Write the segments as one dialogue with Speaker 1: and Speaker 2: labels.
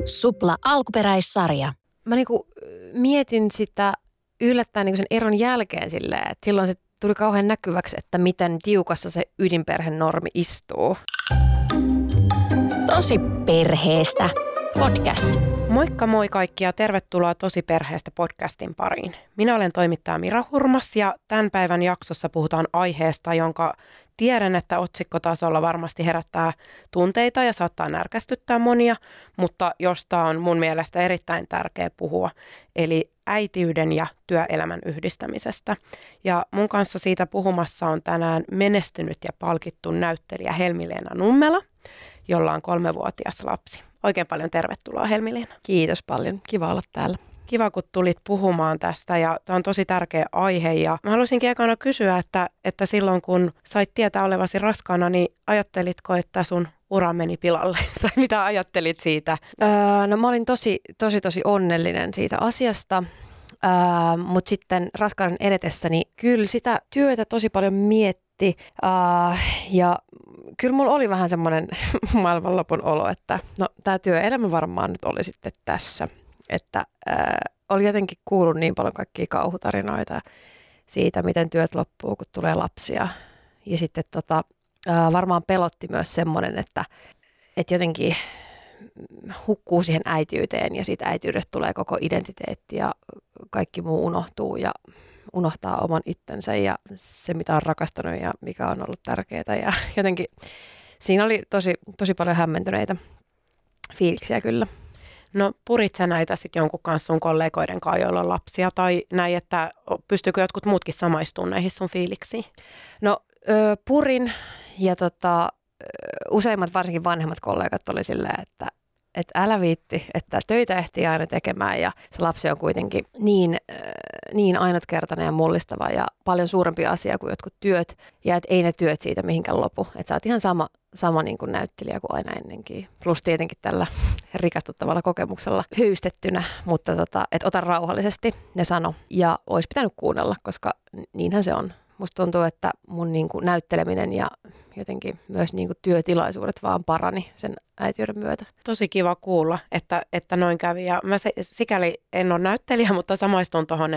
Speaker 1: Supla alkuperäissarja.
Speaker 2: Mä mietin sitä yllättäen sen eron jälkeen silleen, että silloin se tuli kauhean näkyväksi, että miten tiukassa se ydinperhenormi istuu.
Speaker 1: Tosi perheestä podcast.
Speaker 3: Moikka moi kaikki ja tervetuloa Tosi perheestä podcastin pariin. Minä olen toimittaja Mira Hurmas ja tämän päivän jaksossa puhutaan aiheesta, jonka tiedän, että otsikkotasolla varmasti herättää tunteita ja saattaa närkästyttää monia, mutta josta on mun mielestä erittäin tärkeä puhua, eli äitiyden ja työelämän yhdistämisestä. Ja mun kanssa siitä puhumassa on tänään menestynyt ja palkittu näyttelijä Helmi-Leena Nummela, jolla on 3-vuotias lapsi. Oikein paljon tervetuloa Helmi-Leena.
Speaker 2: Kiitos paljon. Kiva olla täällä.
Speaker 3: Kiva, kun tulit puhumaan tästä ja tämä on tosi tärkeä aihe ja mä haluaisinkin ekana kysyä, että silloin kun sait tietää olevasi raskaana, niin ajattelitko, että sun ura meni pilalle tai mitä ajattelit siitä?
Speaker 2: No mä olin tosi onnellinen siitä asiasta, mutta sitten raskauden edetessäni kyllä sitä työtä tosi paljon mietti ja kyllä mulla oli vähän semmoinen maailmanlopun olo, että no tämä työelämä varmaan nyt oli sitten tässä. Että oli jotenkin kuullut niin paljon kaikkia kauhutarinoita siitä, miten työt loppuu, kun tulee lapsia. Ja sitten varmaan pelotti myös semmoinen, että jotenkin hukkuu siihen äitiyteen ja siitä äitiydestä tulee koko identiteetti ja kaikki muu unohtuu ja unohtaa oman itsensä ja se, mitä on rakastanut ja mikä on ollut tärkeää. Ja jotenkin siinä oli tosi paljon hämmentyneitä fiiliksiä kyllä.
Speaker 3: No purit sä näitä sitten jonkun kanssa sun kollegoiden kanssa, joilla on lapsia tai näin, että pystyykö jotkut muutkin samaistumaan näihin sun fiiliksiin?
Speaker 2: No purin ja useimmat varsinkin vanhemmat kollegat oli silleen, että älä viitti, että töitä ehtii aina tekemään ja se lapsi on kuitenkin niin ainutkertainen ja mullistava ja paljon suurempi asia kuin jotkut työt ja että ei ne työt siitä mihinkään lopu. Että sä oot ihan sama niin kuin näyttelijä kuin aina ennenkin. Plus tietenkin tällä rikastuttavalla kokemuksella hyystettynä, mutta että ota rauhallisesti, ne sano. Ja olisi pitänyt kuunnella, koska niinhän se on. Musta tuntuu, että mun niin kuin näytteleminen ja jotenkin myös niin kuin työtilaisuudet vaan parani sen äitiyden myötä.
Speaker 3: Tosi kiva kuulla, että noin kävi. Ja mä sikäli en ole näyttelijä, mutta samaistun tuohon,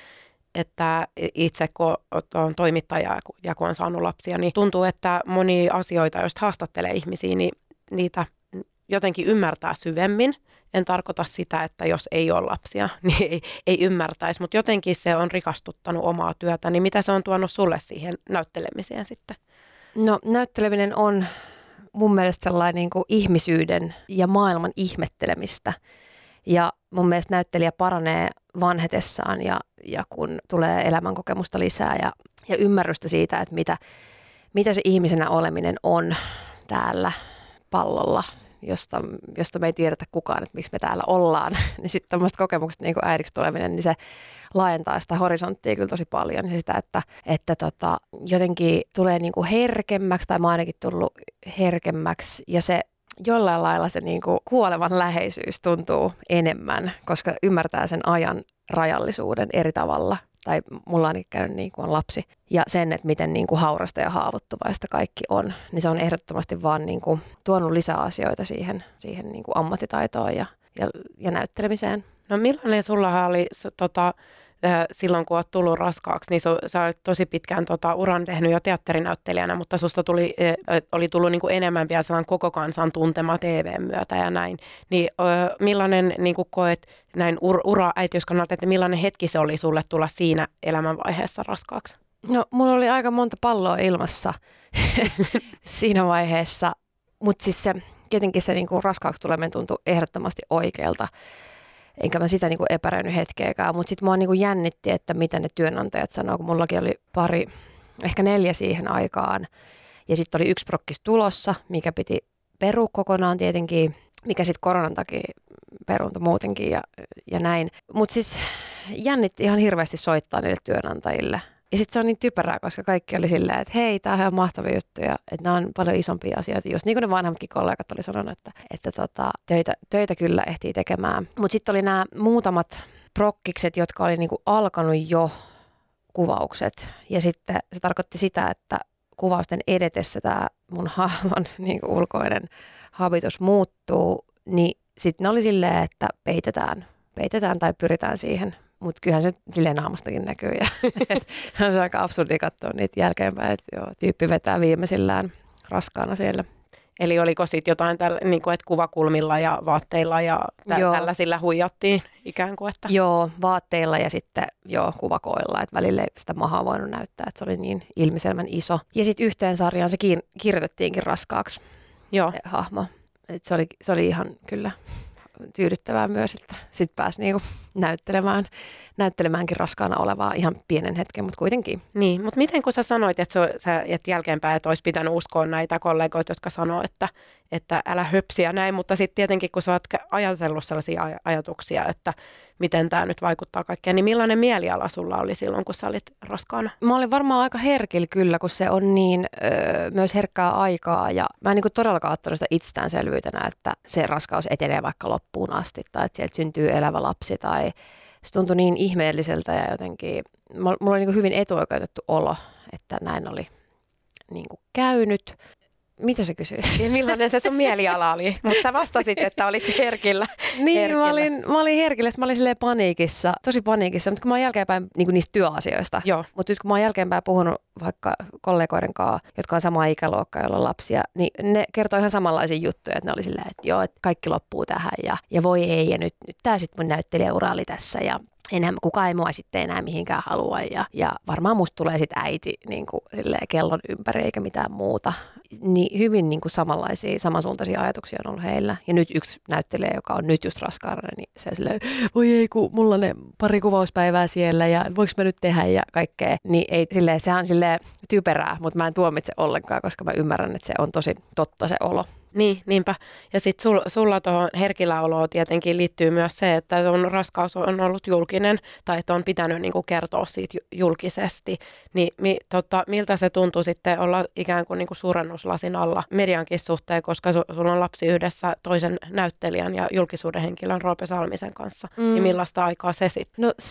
Speaker 3: että itse kun on toimittaja ja kun on saanut lapsia, niin tuntuu, että monia asioita, joista haastattelee ihmisiä, niin niitä jotenkin ymmärtää syvemmin. En tarkoita sitä, että jos ei ole lapsia, niin ei ymmärtäisi, mutta jotenkin se on rikastuttanut omaa työtä. Niin mitä se on tuonut sulle siihen näyttelemiseen sitten?
Speaker 2: No näytteleminen on mun mielestä sellainen niin kuin ihmisyyden ja maailman ihmettelemistä. Ja mun mielestä näyttelijä paranee vanhetessaan ja kun tulee elämänkokemusta lisää ja ymmärrystä siitä, että mitä se ihmisenä oleminen on täällä pallolla, josta me ei tiedetä kukaan, että miksi me täällä ollaan. Niin sitten tämmöiset kokemukset niin kuin äidiksi tuleminen, niin se laajentaa sitä horisonttia kyllä tosi paljon. Ja sitä, että jotenkin tulee niin kuin herkemmäksi tai mä oon ainakin tullut herkemmäksi ja se jollain lailla se niin kuin kuolevan läheisyys tuntuu enemmän, koska ymmärtää sen ajan rajallisuuden eri tavalla. Tai mulla on ainakin käynyt niin kuin on lapsi. Ja sen, että miten niin kuin haurasta ja haavoittuvaista kaikki on, niin se on ehdottomasti vaan niin kuin tuonut lisää asioita siihen niin kuin ammattitaitoon ja näyttelemiseen. No millainen sulla oli silloin, kun olet tullut raskaaksi, niin sä olet tosi pitkään uran tehnyt jo teatterinäyttelijänä, mutta susta oli tullut niin kuin enemmän vielä sellainen koko kansan tuntema TV:n myötä ja näin. Niin millainen niin kuin koet näin ura-äitiyskannalta, että millainen hetki se oli sulle tulla siinä elämänvaiheessa raskaaksi? No mulla oli aika monta palloa ilmassa siinä vaiheessa, mutta siis tietenkin se niin kuin raskaaksi tuleminen tuntui ehdottomasti oikealta. Enkä mä sitä niinku epäröinyt hetkeäkään, mutta sitten mua niinku jännitti, että mitä ne työnantajat sanoo, kun mullakin oli pari, ehkä 4 siihen aikaan. Ja sitten oli 1 prokkis tulossa, mikä piti perua kokonaan tietenkin, mikä sitten koronan takia peruuntui muutenkin ja näin. Mutta siis jännitti ihan hirveästi soittaa niille työnantajille. Ja sitten se on niin typerää, koska kaikki oli silleen, että hei, tää on ihan mahtavia juttuja, että nämä on paljon isompia asioita. Just niin kuin ne vanhemmatkin kollegat oli sanonut, että töitä kyllä ehtii tekemään. Mutta sitten oli nämä muutamat prokkikset, jotka oli niinku alkanut jo kuvaukset. Ja sitten se tarkoitti sitä, että kuvausten edetessä tämä mun hahmon niinku ulkoinen habitus muuttuu, niin sitten ne oli silleen, että peitetään tai pyritään siihen. Mutta kyllähän se silleen naamastakin näkyy ja on se aika absurdi katsoa niitä jälkeenpäin, että joo, tyyppi vetää viimeisillään raskaana siellä.
Speaker 3: Eli oliko sitten jotain, niin kuin, että kuvakulmilla ja vaatteilla ja tällaisilla huijattiin ikään kuin? Että...
Speaker 2: Joo, vaatteilla ja sitten kuvakoilla, että välillä ei sitä mahaa voinut näyttää, että se oli niin ilmiselvän iso. Ja sitten yhteen sarjaan se kirjoitettiinkin raskaaksi hahmo. Et se oli ihan kyllä tyydyttävää myös, että sitten pääsi niinku näyttelemäänkin raskaana olevaa ihan pienen hetken, mutta kuitenkin.
Speaker 3: Niin, mutta miten kun sä sanoit, että jälkeenpäin että olisi pitänyt uskoa näitä kollegoita, jotka sanoo, että älä höpsiä näin, mutta sitten tietenkin kun sä oot ajatellut sellaisia ajatuksia, että miten tämä nyt vaikuttaa kaikkeen, niin millainen mieliala sulla oli silloin, kun sä olit raskaana?
Speaker 2: Mä olin varmaan aika herkillä kyllä, kun se on niin myös herkkää aikaa ja mä en niin kuin todellakaan ottanut sitä itsestäänselvyytenä, että se raskaus etenee vaikka loppuun asti tai että sieltä syntyy elävä lapsi tai se tuntui niin ihmeelliseltä ja jotenkin, mulla oli niin kuin hyvin etuoikeutettu olo, että näin oli niin kuin käynyt. Mitä sä kysyit?
Speaker 3: Ja millainen se sun mieliala oli? Mutta sä vastasit, että olit herkillä.
Speaker 2: Niin,
Speaker 3: herkillä.
Speaker 2: Mä olin herkillä. Mä olin silleen paniikissa, tosi paniikissa. Mutta kun mä oon jälkeenpäin niin niistä työasioista. Mutta nyt kun mä oon jälkeenpäin puhunut vaikka kollegoiden kanssa, jotka on sama ikäluokka, jolla on lapsia, niin ne kertoo ihan samanlaisia juttuja. Että ne oli silleen, että joo, että kaikki loppuu tähän ja voi ei. Ja nyt tää sitten mun näyttelijäura oli tässä ja enää kukaan ei mua sitten enää mihinkään halua ja varmaan musta tulee sitten äiti niin kuin kellon ympäri eikä mitään muuta. Niin hyvin niin kuin samansuuntaisia ajatuksia on ollut heillä. Ja nyt yksi näyttelijä, joka on nyt just raskaana, niin se silleen, voi ei kun mulla on ne pari kuvauspäivää siellä ja voiko mä nyt tehdä ja kaikkea. Niin ei silleen, sehän on silleen typerää, mutta mä en tuomitse ollenkaan, koska mä ymmärrän, että se on tosi totta se olo.
Speaker 3: Niin, niinpä. Ja sitten sulla tuohon herkillä oloon tietenkin liittyy myös se, että sun raskaus on ollut julkinen tai että on pitänyt niinku kertoa siitä julkisesti. Niin miltä se tuntuu sitten olla ikään kuin niinku suurennuslasin alla mediankin suhteen, koska sulla on lapsi yhdessä toisen näyttelijän ja julkisuuden henkilön Roope Salmisen kanssa. Niin millaista aikaa se sitten?
Speaker 2: No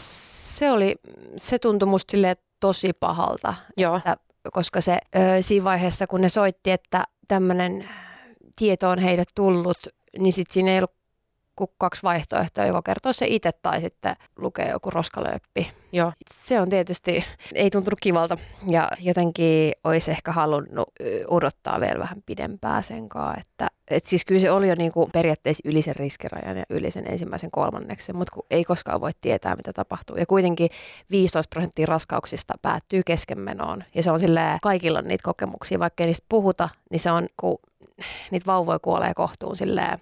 Speaker 2: se tuntui musta silleen tosi pahalta, että, koska se siinä vaiheessa kun ne soitti, että tämmöinen tieto on heille tullut, niin sitten siinä ei ollut kuin 2 vaihtoehtoa, joko kertoo se itse tai sitten lukee joku roskalööppi.
Speaker 3: Joo.
Speaker 2: Se on tietysti, ei tuntunut kivalta ja jotenkin olisi ehkä halunnut odottaa vielä vähän pidempään senkaan. Että siis kyllä se oli jo niin kuin periaatteessa yli sen riskirajan ja yli sen ensimmäisen kolmanneksen, mutta ei koskaan voi tietää, mitä tapahtuu. Ja kuitenkin 15% raskauksista päättyy keskenmenoon ja se on silleen, kaikilla on niitä kokemuksia, vaikka ei niistä puhuta, niin se on, kun niitä vauvoja kuolee kohtuun silleen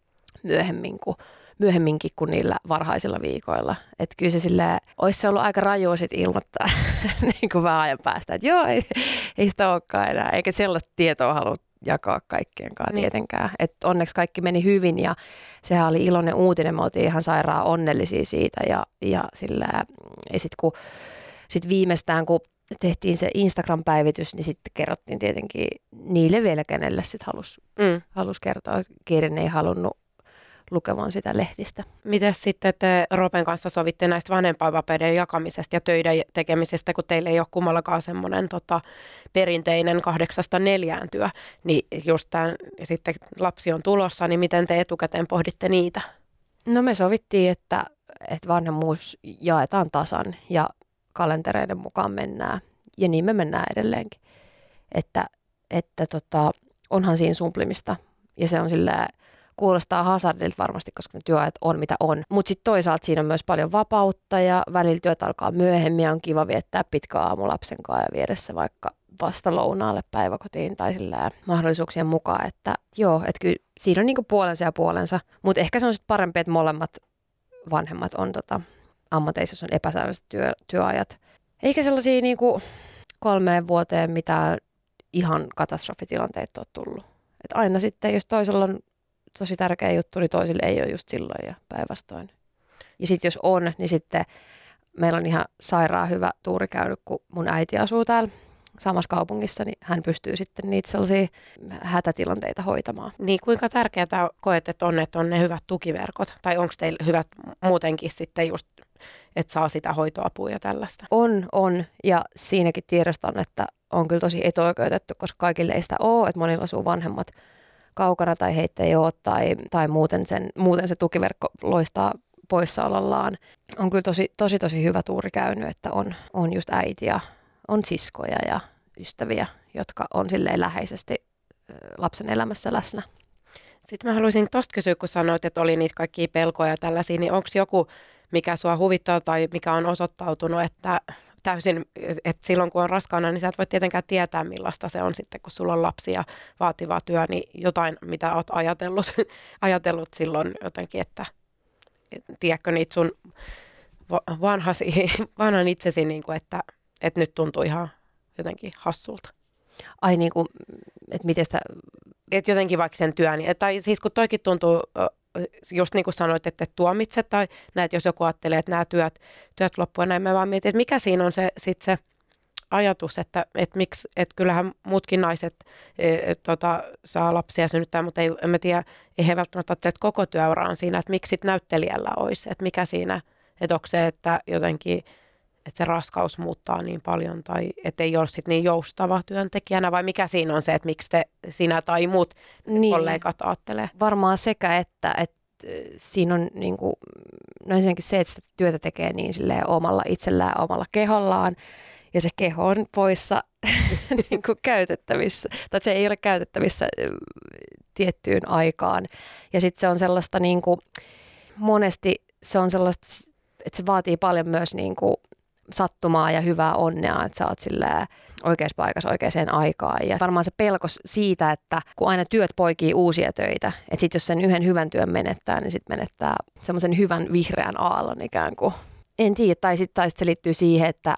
Speaker 2: myöhemminkin kuin niillä varhaisilla viikoilla. Että kyllä se silleen, olisi se ollut aika rajua sit ilmoittaa niin kuin vähän ajan päästä, että joo, ei sitä olekaan enää, eikä sellaista tietoa halua jakaa kaikkienkaan tietenkään. Että onneksi kaikki meni hyvin ja sehän oli iloinen uutinen, me oltiin ihan sairaan onnellisia siitä ja silleen, ja sitten viimeistään kun tehtiin se Instagram-päivitys, niin sitten kerrottiin tietenkin niille vielä, kenelle sitten halusi kertoa. Kiiren ei halunnut lukemaan sitä lehdistä.
Speaker 3: Miten sitten te Roopen kanssa sovitte näistä vanhempainvapaiden jakamisesta ja töiden tekemisestä, kun teillä ei ole kummallakaan semmoinen perinteinen 8-4 työ, niin just sitten lapsi on tulossa, niin miten te etukäteen pohditte niitä?
Speaker 2: No me sovittiin, että vanhemmuus jaetaan tasan ja kalentereiden mukaan mennään ja niin me mennään edelleenkin. Että onhan siinä sumplimista ja se on silleen, kuulostaa hazardilta varmasti, koska ne työajat on mitä on. Mutta sitten toisaalta siinä on myös paljon vapautta ja välillä työt alkaa myöhemmin ja on kiva viettää pitkä aamu lapsen kanssa ja viedä se vaikka vasta lounaalle päiväkotiin tai sillä mahdollisuuksien mukaan. Että joo, että kyllä siinä on niinku puolensa ja puolensa, mutta ehkä se on sitten parempi, että molemmat vanhemmat on ammateissa, jos on epäsäännölliset työajat. Eikä sellaisia niinku 3 vuoteen mitään ihan katastrofitilanteita ole tullut. Et aina sitten, jos toisella on tosi tärkeä juttu, niin toisille ei ole just silloin ja päinvastoin. Ja sitten jos on, niin sitten meillä on ihan sairaan hyvä tuuri käynyt, kun mun äiti asuu täällä samassa kaupungissa, niin hän pystyy sitten niitä sellaisia hätätilanteita hoitamaan.
Speaker 3: Niin kuinka tärkeää koet, että on ne hyvät tukiverkot? Tai onko teillä hyvät muutenkin sitten just, että saa sitä hoitoapua ja tällaista?
Speaker 2: On. Ja siinäkin tiedostan, että on kyllä tosi etuoikeutettu, koska kaikille ei sitä ole, että monilla asuu vanhemmat kaukana tai heitä ei ole tai muuten se tukiverkko loistaa poissaolollaan. On kyllä tosi hyvä tuuri käynyt, että on just äiti ja on siskoja ja ystäviä, jotka on silleen läheisesti lapsen elämässä läsnä.
Speaker 3: Sitten mä haluaisin tuosta kysyä, kun sanoit, että oli niitä kaikkia pelkoja ja tällaisia, niin onko joku, mikä sua huvittaa tai mikä on osoittautunut, että täysin, että silloin kun on raskaana, niin sä et voi tietenkään tietää, millaista se on sitten, kun sulla on lapsi ja vaativa työ, niin jotain, mitä oot ajatellut silloin jotenkin, että tiedätkö niitä sun vanhan itsesi, niin kuin, että nyt tuntuu ihan jotenkin hassulta.
Speaker 2: Ai niin kuin, että miten sitä...
Speaker 3: Että jotenkin vaikka sen työn, tai siis kun toikin tuntuu, just niin kuin sanoit, että tuomitset tai näet, jos joku ajattelee, että nämä työt loppuu, näin mä vaan mietin, että mikä siinä on se ajatus, että miksi, että kyllähän muutkin naiset saa lapsia synnyttää, mutta en mä tiedä, ei he välttämättä ajattele, että koko työura on siinä, että miksi sit näyttelijällä olisi, että mikä siinä, että onko se, että jotenkin, että se raskaus muuttaa niin paljon tai että ei ole sit niin joustava työntekijänä vai mikä siinä on se, että miksi sinä tai muut kollegat ajattelee?
Speaker 2: Varmaan sekä, että siinä on niin kuin, no ensinnäkin se, että sitä työtä tekee niin silleen omalla itsellään, omalla kehollaan ja se keho on poissa niin kuin käytettävissä, tai se ei ole käytettävissä tiettyyn aikaan. Ja sitten se on sellaista niin kuin, monesti se on sellaista, että se vaatii paljon myös niin kuin sattumaa ja hyvää onnea, että sä oot silleen oikeassa paikassa oikeaan aikaan. Ja varmaan se pelko siitä, että kun aina työt poikii uusia töitä, että sit jos sen yhden hyvän työn menettää, niin sit menettää semmoisen hyvän vihreän aallon ikään kuin. En tiedä, tai sitten se liittyy siihen, että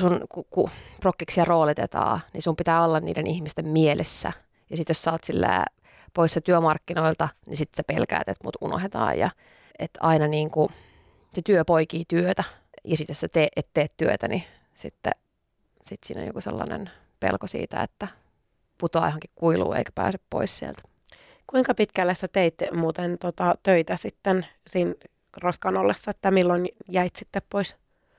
Speaker 2: kun prokkiksia roolitetaan, niin sun pitää olla niiden ihmisten mielessä. Ja sitten jos sä oot silleen poissa työmarkkinoilta, niin sitten sä pelkäät, että mut unohdetaan. Ja että aina niin kuin se työ poikii työtä. Ja sitten jos sä et tee työtä, niin sitten siinä on joku sellainen pelko siitä, että putoaa johonkin kuiluun eikä pääse pois sieltä.
Speaker 3: Kuinka pitkälle sä teit muuten töitä sitten siinä raskaan ollessa, että milloin jäit sitten pois?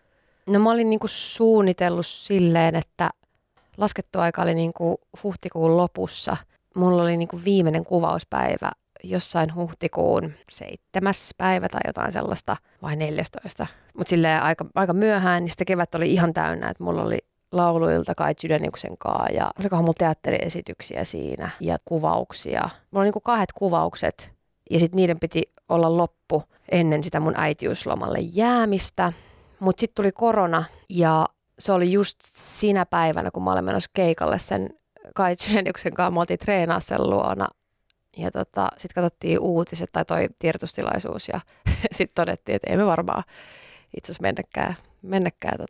Speaker 2: No mä olin niinku suunnitellut silleen, että laskettu aika oli niinku huhtikuun lopussa. Mulla oli niinku viimeinen kuvauspäivä jossain huhtikuun 7. päivä tai jotain sellaista, vai 14. Mutta silleen aika myöhään, niin sitä kevät oli ihan täynnä, että mulla oli lauluilta Kai Chydeniuksen kanssa ja olikohan mulla teatteriesityksiä siinä ja kuvauksia. Mulla oli niinku 2 kuvaukset ja sitten niiden piti olla loppu ennen sitä mun äitiyslomalle jäämistä. Mutta sitten tuli korona ja se oli just siinä päivänä, kun mä olin menossa keikalle sen Kai Chydeniuksen kanssa. Me oltiin treenaa sen luona. Ja sitten katsottiin uutiset tai toi tiedotustilaisuus ja sitten todettiin, että ei me varmaan itse asiassa mennäkään.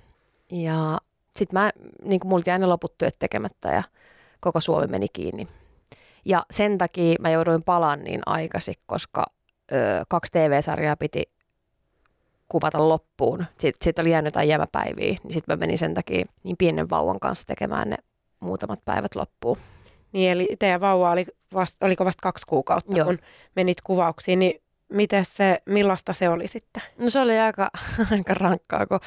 Speaker 2: Ja sitten niin mulla jäi ne loput työt tekemättä ja koko Suomi meni kiinni. Ja sen takia mä jouduin palaan niin aikaisin, koska 2 TV-sarjaa piti kuvata loppuun. Sitten oli jäänyt jotain jäämäpäiviä, niin sitten mä menin sen takia niin pienen vauvan kanssa tekemään ne muutamat päivät loppuun.
Speaker 3: Niin, eli teidän vauva oliko vasta 2 kuukautta, Joo. kun menit kuvauksiin, niin millaista se oli sitten?
Speaker 2: No se oli aika rankkaa, kun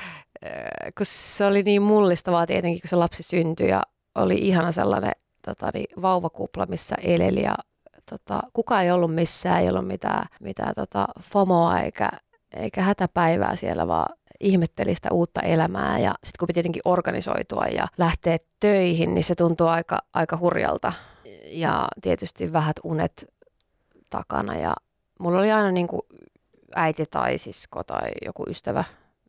Speaker 2: se oli niin mullistavaa tietenkin, kun se lapsi syntyi ja oli ihana sellainen vauvakupla, missä eleli ja kukaan ei ollut missään, ei ollut mitään FOMOa eikä hätäpäivää siellä, vaan ihmetteli sitä uutta elämää ja sitten kun piti tietenkin organisoitua ja lähteä töihin, niin se tuntui aika hurjalta ja tietysti vähät unet takana ja mulla oli aina niin kuin äiti tai sisko tai joku ystävä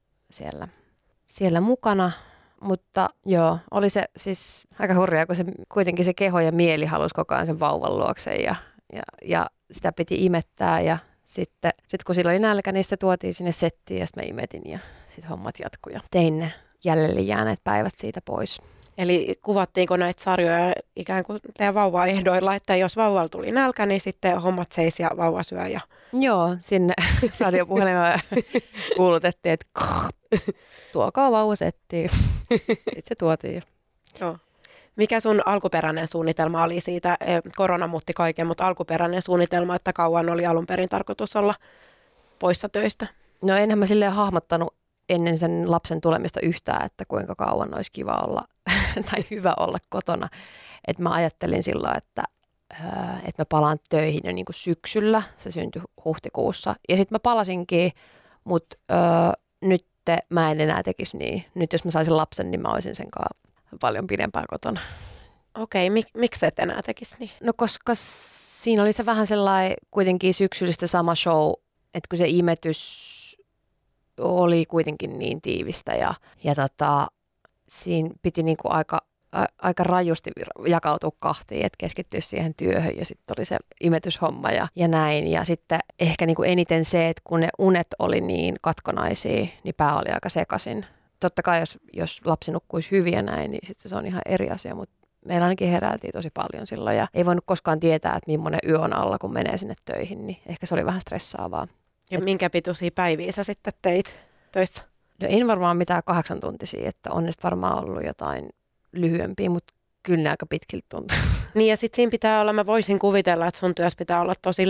Speaker 2: siellä mukana, mutta joo, oli se siis aika hurjaa, kun se kuitenkin se keho ja mieli halusi koko ajan sen vauvan luokse ja sitä piti imettää ja sitten kun sillä oli nälkä, niin sitä tuotiin sinne settiin ja sitten mä imetin ja sitten hommat jatkui ja tein ne jäljelle jääneet päivät siitä pois.
Speaker 3: Eli kuvattiinko näitä sarjoja ikään kuin teidän vauva ehdoilla, että jos vauvalla tuli nälkä, niin sitten hommat seis ja vauva syö? Ja...
Speaker 2: Joo, sinne radiopuhelimeen kuulutettiin, että tuokaa vauva settiin. Sitten se tuotiin.
Speaker 3: Joo. Mikä sun alkuperäinen suunnitelma oli siitä? Korona muutti kaiken, mutta alkuperäinen suunnitelma, että kauan oli alun perin tarkoitus olla poissa töistä?
Speaker 2: No enhän mä silleen hahmottanut ennen sen lapsen tulemista yhtään, että kuinka kauan olisi kiva olla tai hyvä olla kotona. Et mä ajattelin silloin, että että mä palaan töihin jo niin kuin syksyllä. Se syntyi huhtikuussa. Ja sitten mä palasinkin, mutta nyt mä en enää tekisi niin. Nyt jos mä saisin lapsen, niin mä olisin sen kanssa paljon pidempään kotona.
Speaker 3: Okei, miksi et enää tekisi niin?
Speaker 2: No koska siinä oli se vähän sellainen kuitenkin syksyllistä sama show, että kun se imetys oli kuitenkin niin tiivistä ja siinä piti niinku aika rajusti jakautua kahtiin, että keskittyä siihen työhön ja sitten oli se imetyshomma ja näin. Ja sitten ehkä niinku eniten se, että kun ne unet oli niin katkonaisia, niin pää oli aika sekaisin. Totta kai jos lapsi nukkuisi hyvin ja näin, niin sitten se on ihan eri asia, mutta meillä ainakin heräiltiin tosi paljon silloin ja ei voinut koskaan tietää, että millainen yö on alla, kun menee sinne töihin, niin ehkä se oli vähän stressaavaa.
Speaker 3: Ja minkä pituisia päiviä sä sitten teit töissä?
Speaker 2: No en varmaan mitään 8 tuntisia, että on niistä varmaan ollut jotain lyhyempiä, mutta kyllä ne aika pitkiltä tuntuu.
Speaker 3: Niin ja sitten siinä pitää olla, mä voisin kuvitella, että sun työssä pitää olla tosi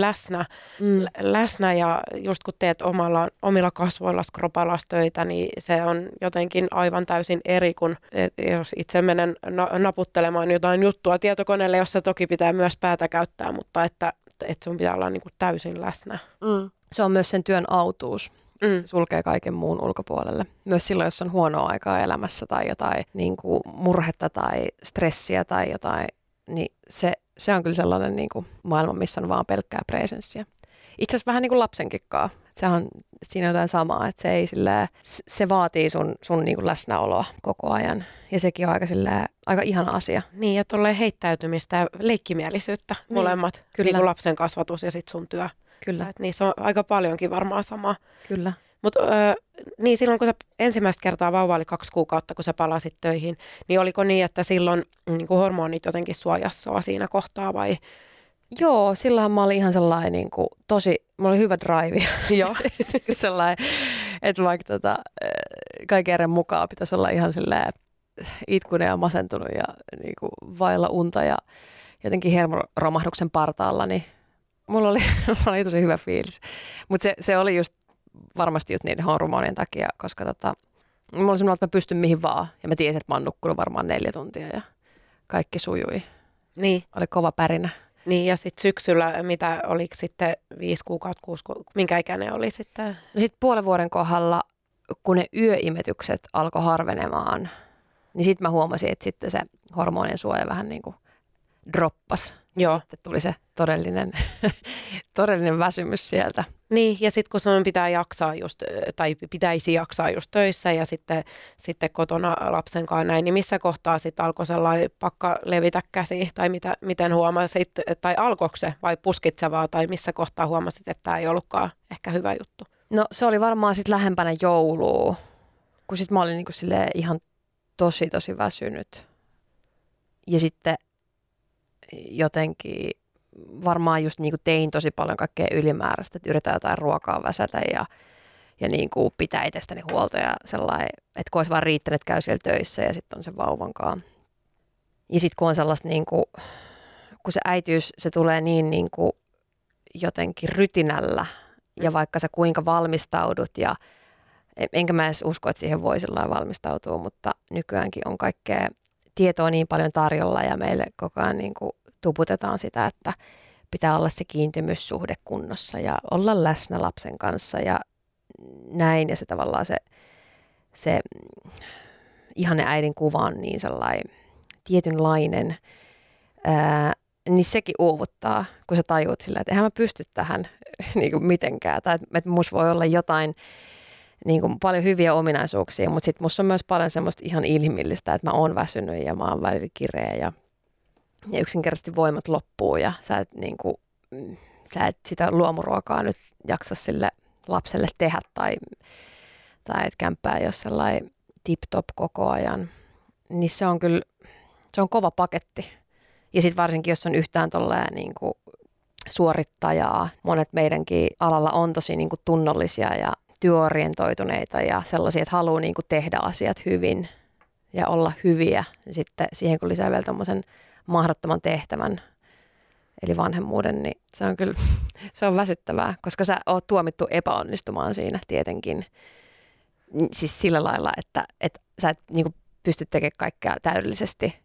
Speaker 3: läsnä ja just kun teet omilla kasvoilla skropallas töitä, niin se on jotenkin aivan täysin eri kuin jos itse menen naputtelemaan jotain juttua tietokoneelle, jossa toki pitää myös päätä käyttää, mutta että sun pitää olla niin kuin täysin läsnä.
Speaker 2: Se on myös sen työn autuus. Se sulkee kaiken muun ulkopuolelle. Myös silloin, jos on huonoa aikaa elämässä tai jotain niin kuin murhetta tai stressiä tai jotain, niin se on kyllä sellainen niin kuin maailma, missä on vaan pelkkää presenssiä. Itse asiassa vähän niin kuin lapsenkin kanssa. Siinä on jotain samaa, että se vaatii sun niin kuin läsnäoloa koko ajan. Ja sekin on aika ihana asia.
Speaker 3: Niin, ja tolleen heittäytymistä ja leikkimielisyyttä molemmat.
Speaker 2: Kyllä.
Speaker 3: Niin kuin lapsen kasvatus ja sitten sun työ.
Speaker 2: Kyllä.
Speaker 3: Et niissä on aika paljonkin varmaan samaa.
Speaker 2: Kyllä.
Speaker 3: Mutta niin silloin, kun sä ensimmäistä kertaa vauva oli 2 kuukautta, kun sä palasit töihin, niin oliko niin, että silloin niin kuin hormonit jotenkin suojassa siinä kohtaa vai?
Speaker 2: Joo, silloinhan mä olin ihan sellainen niin kuin, mulla oli hyvä drive.
Speaker 3: Joo.
Speaker 2: Sellainen, että vaikka kaiken eri mukaan pitäisi olla ihan sellainen itkunen ja masentunut ja niin kuin vailla unta ja jotenkin hermoromahduksen partaalla, niin mulla oli tosi hyvä fiilis. Mutta se oli just varmasti just niiden hormonien takia, koska mulla oli semmoinen, että mä pystyn mihin vaan. Ja mä tiesin, että mä oon nukkunut varmaan 4 tuntia ja kaikki sujui.
Speaker 3: Niin.
Speaker 2: Oli kova pärinä.
Speaker 3: Niin ja sitten syksyllä, mitä oliko sitten 5 kuukautta, 6 kuukautta, minkä ikäinen oli sitten?
Speaker 2: No sitten puolen vuoden kohdalla, kun ne yöimetykset alkoi harvenemaan, niin sitten mä huomasin, että sitten se hormonien suoja vähän niin kuin droppasi.
Speaker 3: Joo.
Speaker 2: Että tuli se todellinen väsymys sieltä.
Speaker 3: Niin, ja sitten kun sun pitää jaksaa just, tai pitäisi jaksaa just töissä ja sitten kotona lapsen kanssa näin, niin missä kohtaa sitten alkoi sellainen pakka levitä käsi, tai miten huomasit, tai alkoiko se, vai puskit sä vaan, tai missä kohtaa huomasit, että tämä ei ollutkaan ehkä hyvä juttu?
Speaker 2: No se oli varmaan sitten lähempänä joulua, kun sitten mä olin niinku silleen ihan tosi väsynyt. Ja sitten jotenkin varmaan just niin kuin tein tosi paljon kaikkea ylimääräistä, että yritän jotain ruokaa väsätä ja niin kuin pitää itsestäni huolta ja sellainen, että kun olisi vaan riittänyt, että käy siellä töissä ja sitten on sen vauvankaan. Ja sitten kun on sellaista, niin kuin, kun se äitiys, se tulee niin kuin jotenkin rytinällä ja vaikka sä kuinka valmistaudut ja enkä mä edes usko, että siihen voi sillä valmistautua, mutta nykyäänkin on kaikkea tietoa niin paljon tarjolla ja meille koko ajan niin kuin tuputetaan sitä, että pitää olla se kiintymyssuhde kunnossa ja olla läsnä lapsen kanssa ja näin. Ja se tavallaan se ihanne äidin kuva on niin sellainen tietynlainen, niin sekin uuvuttaa, kun sä tajuut sillä, että eihän mä pysty tähän niin kuin mitenkään. Tai että musta voi olla jotain niin kuin paljon hyviä ominaisuuksia, mutta sitten musta on myös paljon semmoista ihan inhimillistä, että mä oon väsynyt ja mä oon välillä kireä ja yksinkertaisesti voimat loppuu ja sä et sitä luomuruokaa nyt jaksa sille lapselle tehdä tai et kämppää jos sellainen tip-top koko ajan. Niin se on kyllä, se on kova paketti. Ja sitten varsinkin, jos on yhtään tolleen niin kuin suorittajaa, monet meidänkin alalla on tosi niin kuin tunnollisia ja työorientoituneita ja sellaisia, että haluaa niin kuin tehdä asiat hyvin ja olla hyviä. Ja sitten siihen kun lisää vielä tommosen mahdottoman tehtävän, eli vanhemmuuden, niin se on kyllä, se on väsyttävää, koska sä oot tuomittu epäonnistumaan siinä tietenkin. Siis sillä lailla, että sä et niin kuin pysty tekemään kaikkea täydellisesti,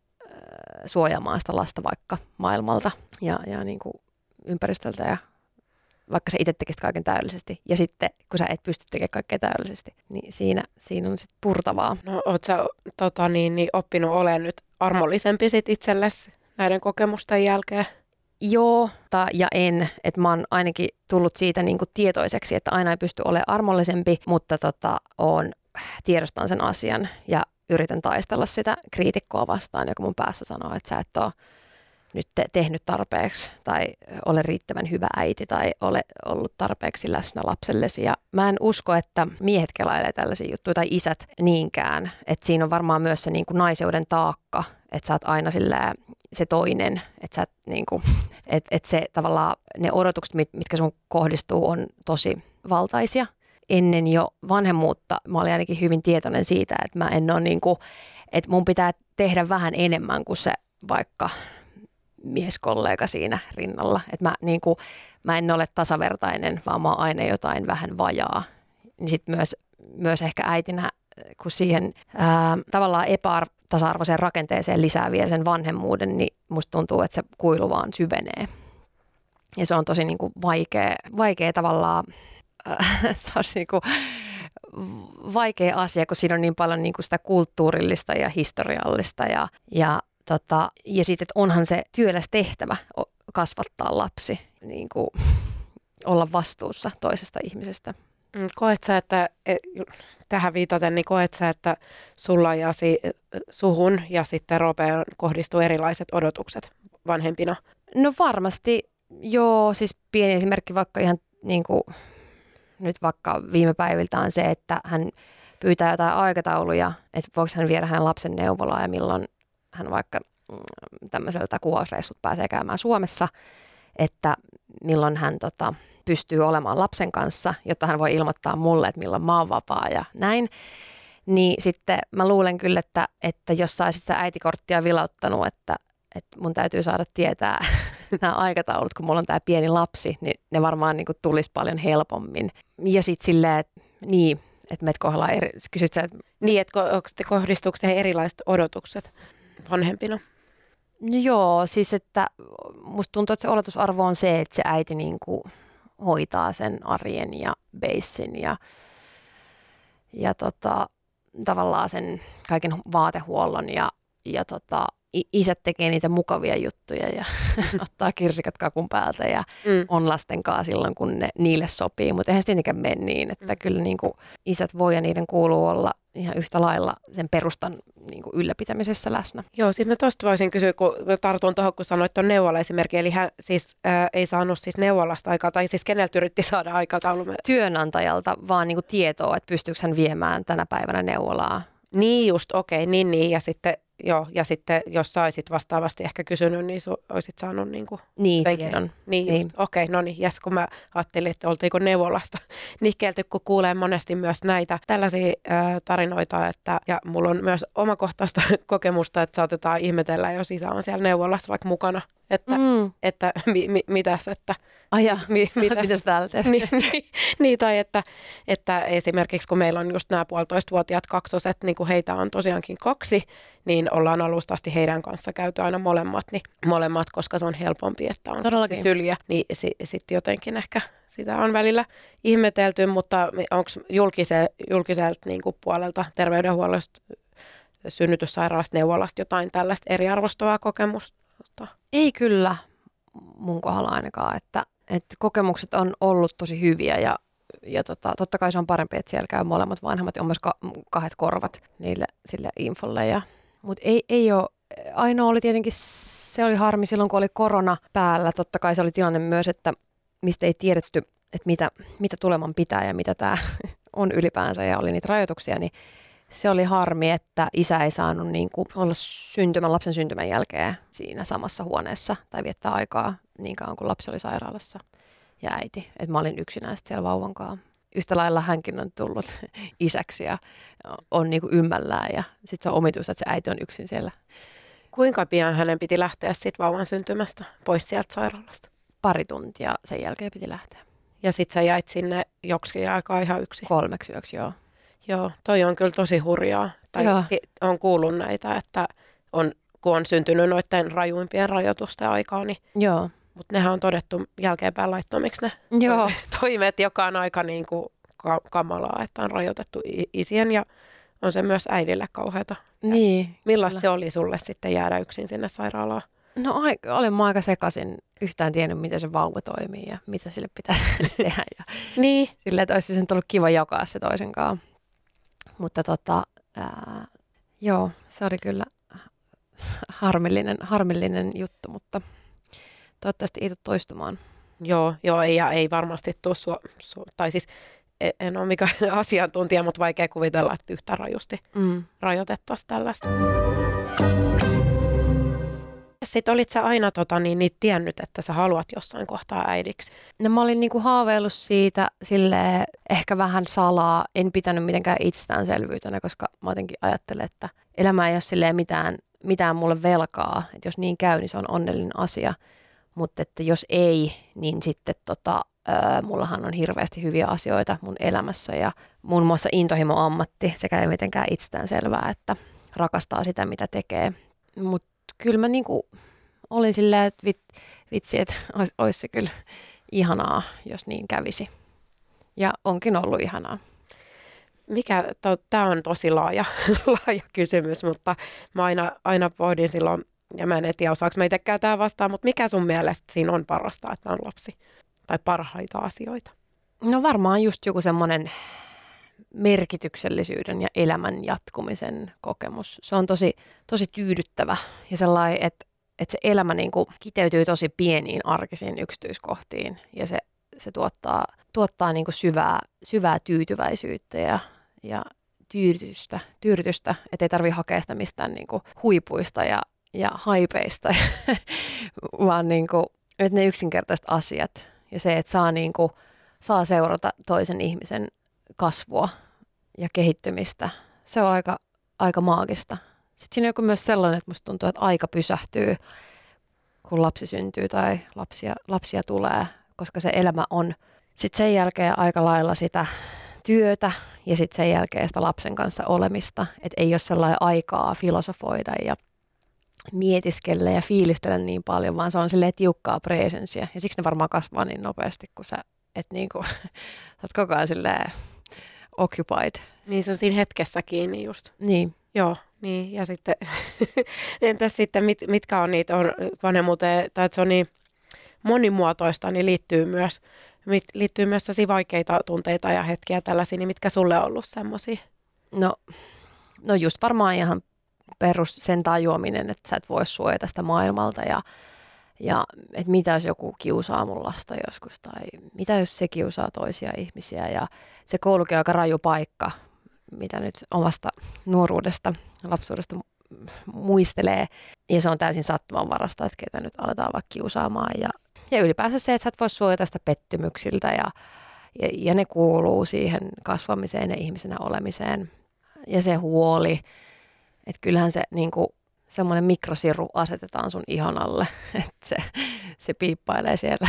Speaker 2: suojaamaan sitä lasta vaikka maailmalta ja niin kuin ympäristöltä ja vaikka sä itse tekisit kaiken täydellisesti. Ja sitten, kun sä et pysty tekemään kaikkea täydellisesti, niin siinä on sitten purtavaa.
Speaker 3: No oot sä oppinut olemaan nyt armollisempi sit itsellesi näiden kokemusten jälkeen?
Speaker 2: Joo, ja en. Että mä oon ainakin tullut siitä niin kuin tietoiseksi, että aina ei pysty olemaan armollisempi, mutta tiedostan sen asian ja yritän taistella sitä kriitikkoa vastaan, joka mun päässä sanoo, että sä et ole nyt tehnyt tarpeeksi tai ole riittävän hyvä äiti tai ole ollut tarpeeksi läsnä lapsellesi. Ja mä en usko, että miehet kelailee tällaisia juttuja tai isät niinkään. Että siinä on varmaan myös se niin kuin naiseuden taakka, että sä oot aina se toinen, että sä niin kuin, että se tavallaan ne odotukset, mitkä sun kohdistuu, on tosi valtaisia. Ennen jo vanhemmuutta mä olin ainakin hyvin tietoinen siitä, että mä en ole niin kuin, että mun pitää tehdä vähän enemmän kuin se vaikka mieskollega siinä rinnalla. Että mä en ole tasavertainen, vaan mä oon aina jotain vähän vajaa. Niin sitten myös ehkä äitinä, kun siihen tavallaan epätasa-arvoiseen rakenteeseen lisää vielä sen vanhemmuuden, niin musta tuntuu, että se kuilu vaan syvenee. Ja se on tosi niin kuin vaikea tavallaan, se on niin kuin vaikea asia, kun siinä on niin paljon niin kuin sitä kulttuurillista ja historiallista ja sitten, että onhan se työläs tehtävä kasvattaa lapsi, niin kuin olla vastuussa toisesta ihmisestä.
Speaker 3: Koet sä, että tähän viitaten, niin koet sä, että sulla ja suhun ja sitten Roopeen kohdistuu erilaiset odotukset vanhempina?
Speaker 2: No varmasti, joo. Siis pieni esimerkki vaikka ihan niin kuin nyt vaikka viime päiviltä on se, että hän pyytää jotain aikatauluja, että voiko hän viedä hänen lapsen neuvolaan ja milloin hän vaikka tämmöiseltä kuvausreissut pääsee käymään Suomessa, että milloin hän pystyy olemaan lapsen kanssa, jotta hän voi ilmoittaa mulle, että milloin mä oon vapaa ja näin. Niin sitten mä luulen kyllä, että jos saisit sitä äitikorttia vilauttanut, että mun täytyy saada tietää nämä aikataulut, kun mulla on tämä pieni lapsi, niin ne varmaan niin kuin tulisi paljon helpommin. Ja sitten silleen, että meitä kohdellaan kysyt sä, että
Speaker 3: niin, että kohdistuuko teihin erilaiset odotukset vanhempina?
Speaker 2: No joo, siis että musta tuntuu, että se oletusarvo on se, että se äiti niin kuin hoitaa sen arjen ja beissin ja tavallaan sen kaiken vaatehuollon ja isät tekee niitä mukavia juttuja ja ottaa kirsikat kakun päältä ja on lasten kanssa silloin, kun niille sopii. Mutta eihän se tietenkään mene niin, että kyllä niin kuin isät voi ja niiden kuuluu olla ihan yhtä lailla sen perustan niin kuin ylläpitämisessä läsnä.
Speaker 3: Joo, siis mä tuosta voisin kysyä, kun tartun tuohon, kun sanoit tuon neuvola-esimerkki. Eli hän siis ei saanut siis neuvolasta aikaa, tai siis keneltä yritti saada aikataulu?
Speaker 2: Työnantajalta vaan niin kuin tietoa, että pystyykö hän viemään tänä päivänä neuvolaa.
Speaker 3: Niin just, okei, niin. Ja sitten jos saisit vastaavasti ehkä kysynyt, niin olisit saanut niinku
Speaker 2: tiedon.
Speaker 3: Niin. Okei, no niin, jes, kun mä ajattelin, että oltiinko neuvolasta nihkeelty, kun kuulee monesti myös näitä tällaisia tarinoita, ja mulla on myös omakohtaista kokemusta, että saatetaan ihmetellä, jos isä on siellä neuvolassa vaikka mukana, että mitäs, että
Speaker 2: mitäs täällä tehdään?
Speaker 3: Niin, tai että esimerkiksi kun meillä on just nämä 1,5-vuotiaat kaksoset, niin kun heitä on tosiaankin 2, niin ollaan alusta asti heidän kanssa käyty aina molemmat, koska se on helpompi, että on
Speaker 2: todellakin
Speaker 3: syliä. Niin sitten jotenkin ehkä sitä on välillä ihmetelty, mutta onko julkiselta niin kuin puolelta terveydenhuollosta, synnytyssairaalasta, neuvolasta jotain tällaista eriarvostavaa kokemusta?
Speaker 2: Ei kyllä mun kohdalla ainakaan, että kokemukset on ollut tosi hyviä ja totta kai se on parempi, että siellä käy molemmat vanhemmat ja on myös 2 korvat niille sille infolle. Mutta ei ole, ainoa oli tietenkin, se oli harmi silloin, kun oli korona päällä. Totta kai se oli tilanne myös, että mistä ei tiedetty, että mitä tuleman pitää ja mitä tämä on ylipäänsä ja oli niitä rajoituksia, niin se oli harmi, että isä ei saanut niin kuin olla lapsen syntymän jälkeen siinä samassa huoneessa tai viettää aikaa niin kauan kuin lapsi oli sairaalassa ja äiti. Että mä olin yksinään siellä vauvankaan. Yhtä lailla hänkin on tullut isäksi ja on niin kuin ymmällään ja sitten se on omituista, että se äiti on yksin siellä.
Speaker 3: Kuinka pian hänen piti lähteä sitten vauvan syntymästä pois sieltä sairaalasta?
Speaker 2: 2 tuntia sen jälkeen piti lähteä.
Speaker 3: Ja sitten sä jäit sinne joksikin aikaa ihan yksin?
Speaker 2: 3 yöksi, joo.
Speaker 3: Joo, toi on kyllä tosi hurjaa. Tai on kuullut näitä, että on kun on syntynyt noiden rajuimpien rajoitusten aikaa, niin
Speaker 2: Joo.
Speaker 3: mutta nehän on todettu jälkeenpäin laittomiksi ne
Speaker 2: Joo.
Speaker 3: toimet, joka on aika niin kuin kamalaa, että on rajoitettu isien ja on se myös äidille kauheata.
Speaker 2: Niin.
Speaker 3: Millaista se oli sulle sitten jäädä yksin sinne sairaalaan?
Speaker 2: No olen mä aika sekaisin. Yhtään tiennyt, miten se vauva toimii ja mitä sille pitää tehdä. Ja
Speaker 3: Niin.
Speaker 2: silleen, että olisi sen ollut kiva jakaa se toisenkaan. Mutta joo, se oli kyllä harmillinen juttu, mutta toivottavasti ei tule toistumaan.
Speaker 3: Joo, ei varmasti tule tai siis en ole mikään asiantuntija, mutta vaikea kuvitella, että yhtä rajusti rajoitettaisiin tällaista. Sitten olit sä aina tiennyt, että sä haluat jossain kohtaa äidiksi?
Speaker 2: No mä olin niinku haaveillut siitä silleen ehkä vähän salaa. En pitänyt mitenkään itsestäänselvyytenä, koska mä jotenkin ajattelen, että elämä ei ole silleen mitään mulle velkaa. Että jos niin käy, niin se on onnellinen asia. Mutta että jos ei, niin sitten mullahan on hirveästi hyviä asioita mun elämässä ja muun muassa intohimo-ammatti sekä ei mitenkään itsestäänselvää, että rakastaa sitä, mitä tekee. Mutta kyllä mä niinku olin silleen, että vitsi, että olisi se kyllä ihanaa, jos niin kävisi. Ja onkin ollut ihanaa.
Speaker 3: Tämä on tosi laaja kysymys, mutta mä aina pohdin silloin, ja mä en tiedä osaako mä itsekään tämä vastaan, mutta mikä sun mielestä siinä on parasta, että on lapsi? Tai parhaita asioita?
Speaker 2: No varmaan just joku semmoinen merkityksellisyyden ja elämän jatkumisen kokemus. Se on tosi tyydyttävä ja sellainen, että se elämä niinku kiteytyy tosi pieniin arkisiin yksityiskohtiin ja se tuottaa niinku syvää tyytyväisyyttä ja tyydytystä, että ei tarvitse hakea sitä mistään niinku huipuista ja haipeista, vaan niinku, että ne yksinkertaiset asiat ja se, että saa seurata toisen ihmisen kasvua ja kehittymistä, se on aika maagista. Sitten siinä on joku myös sellainen, että musta tuntuu, että aika pysähtyy, kun lapsi syntyy tai lapsia tulee, koska se elämä on sitten sen jälkeen aika lailla sitä työtä ja sitten sen jälkeen sitä lapsen kanssa olemista, että ei ole sellainen aikaa filosofoida ja mietiskellä ja fiilistellä niin paljon, vaan se on silleen tiukkaa presenssiä ja siksi ne varmaan kasvaa niin nopeasti, kun sä oot koko ajan silleen occupied.
Speaker 3: Niin se on siinä hetkessä kiinni just.
Speaker 2: Niin.
Speaker 3: Joo, niin ja sitten entäs sitten mitkä on niitä vanhemmuuteen, tai että se on niin monimuotoista, niin liittyy myös vaikeita tunteita ja hetkiä tällaisia, niin mitkä sulle on ollut semmoisia?
Speaker 2: No just varmaan ihan perus sen tajuaminen, että sä et voi suojata sitä maailmalta ja että mitä jos joku kiusaa mun lasta joskus tai mitä jos se kiusaa toisia ihmisiä ja se koulukin on aika raju paikka, mitä nyt omasta nuoruudesta, lapsuudesta muistelee ja se on täysin sattumanvarasta, että ketä nyt aletaan vaikka kiusaamaan ja ylipäänsä se, että sä et voi suojata sitä pettymyksiltä ja ne kuuluu siihen kasvamiseen ja ihmisenä olemiseen ja se huoli, että kyllähän se niinku semmoinen mikrosiru asetetaan sun ihon alle, että se piippailee siellä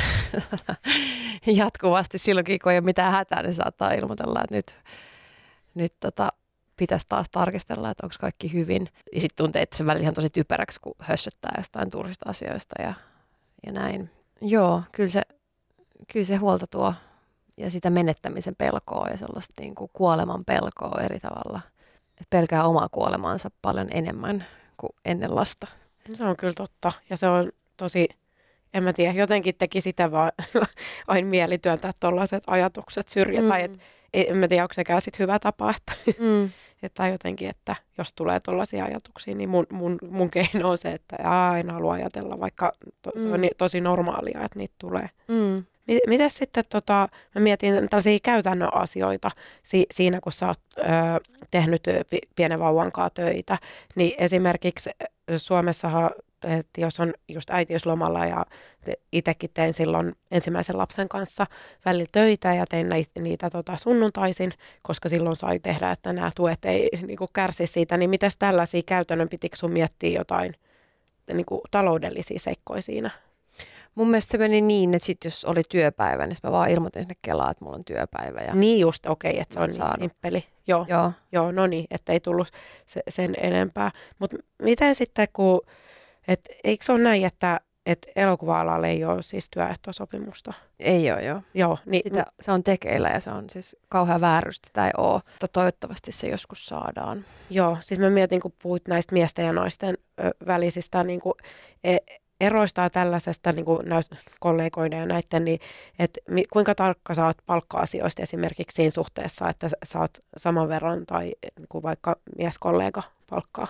Speaker 2: jatkuvasti silloinkin, kun ei ole mitään hätää, niin saattaa ilmoitella, että nyt pitäisi taas tarkistella, että onko kaikki hyvin. Ja sitten tuntee, että se välillä ihan tosi typeräksi, kun hössöttää jostain turhista asioista ja näin. Joo, kyllä se huolta tuo ja sitä menettämisen pelkoa ja sellaista niin kuin kuoleman pelkoa eri tavalla. Et pelkää omaa kuolemaansa paljon enemmän kuin ennen lasta.
Speaker 3: Se on kyllä totta ja se on tosi, en mä tiedä, jotenkin teki sitä vaan aina mieli työntää tuollaiset ajatukset syrjään. Tai en mä tiedä, onko sekään sit hyvä tapa, että jotenkin, että jos tulee tuollaisia ajatuksia, niin mun keino on se, että en halua ajatella, vaikka se on tosi normaalia, että niitä tulee. Miten sitten, mä mietin tällaisia käytännön asioita siinä, kun sä oot tehnyt pienen vauvan kanssa töitä, niin esimerkiksi Suomessahan, että jos on just äitiyslomalla ja itsekin tein silloin ensimmäisen lapsen kanssa välillä töitä ja tein niitä sunnuntaisin, koska silloin sai tehdä, että nämä tuet ei niinku kärsi siitä, niin mites tällaisia käytännön pitikö sun miettiä jotain niinku taloudellisia seikkoja siinä?
Speaker 2: Mun mielestä se meni niin, että sit jos oli työpäivä, niin mä vaan ilmoitin sinne Kelaan, että mulla on työpäivä. Ja
Speaker 3: niin just, okei, että se on niin simppeli. Joo, no niin, että ei tullut sen enempää. Mutta miten sitten, eikö se ole näin, että elokuva-alalla ei ole siis työehtosopimusta?
Speaker 2: Ei ole, joo.
Speaker 3: Joo, niin,
Speaker 2: se on tekeillä ja se on siis kauhean väärystä, sitä ei ole. Toivottavasti se joskus saadaan.
Speaker 3: Joo, siis mä mietin, kun puhuit näistä miesten ja naisten välisistä niin kuin, eroista ja tällaisesta niin kuin kollegoiden ja näiden, niin että kuinka tarkka sä oot palkka-asioista esimerkiksi siinä suhteessa, että saat saman verran tai niin kuin vaikka mieskollega palkkaa?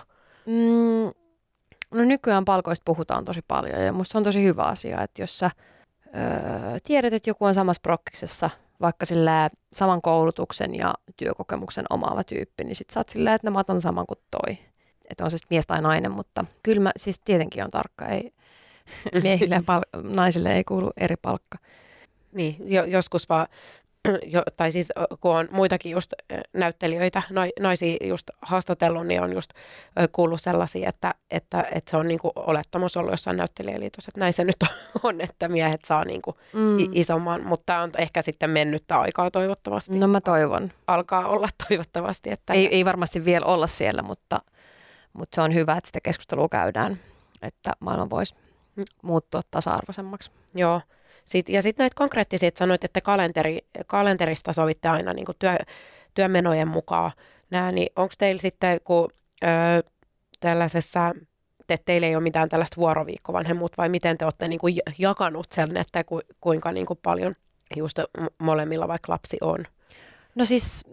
Speaker 2: No nykyään palkoista puhutaan tosi paljon ja musta on tosi hyvä asia, että jos sä tiedät, että joku on samassa prokkiksessa, vaikka sillä saman koulutuksen ja työkokemuksen omaava tyyppi, niin sit sä oot silleen, että mä otan saman kuin toi. Että on se mies tai nainen, mutta kyllä mä siis tietenkin on tarkka, ei miehille ja naisille ei kuulu eri palkka.
Speaker 3: Niin, joskus vaan, tai siis kun on muitakin just näyttelijöitä, naisia just haastatellut, niin on just kuullut sellaisia, että se on niinku olettamus ollut jossain näyttelijäliitossa, että näin se nyt on, että miehet saa niinku isomman, mutta tämä on ehkä sitten mennyttä aikaa toivottavasti.
Speaker 2: No mä toivon.
Speaker 3: Alkaa olla toivottavasti. Että
Speaker 2: ei varmasti vielä olla siellä, mutta se on hyvä, että sitä keskustelua käydään, että maailma voisi muuttua tasa-arvoisemmaksi.
Speaker 3: Joo. Ja sitten näitä konkreettisia, että sanoit, että kalenterista sovitte aina niin kuin työmenojen mukaan nämä, niin onko teillä sitten, kun tällaisessa, teillä ei ole mitään tällaista vuoroviikkovanhemmuutta, vai miten te olette niin kuin jakanut sen, että kuinka niin kuin paljon just molemmilla vaikka lapsi on?
Speaker 2: No siis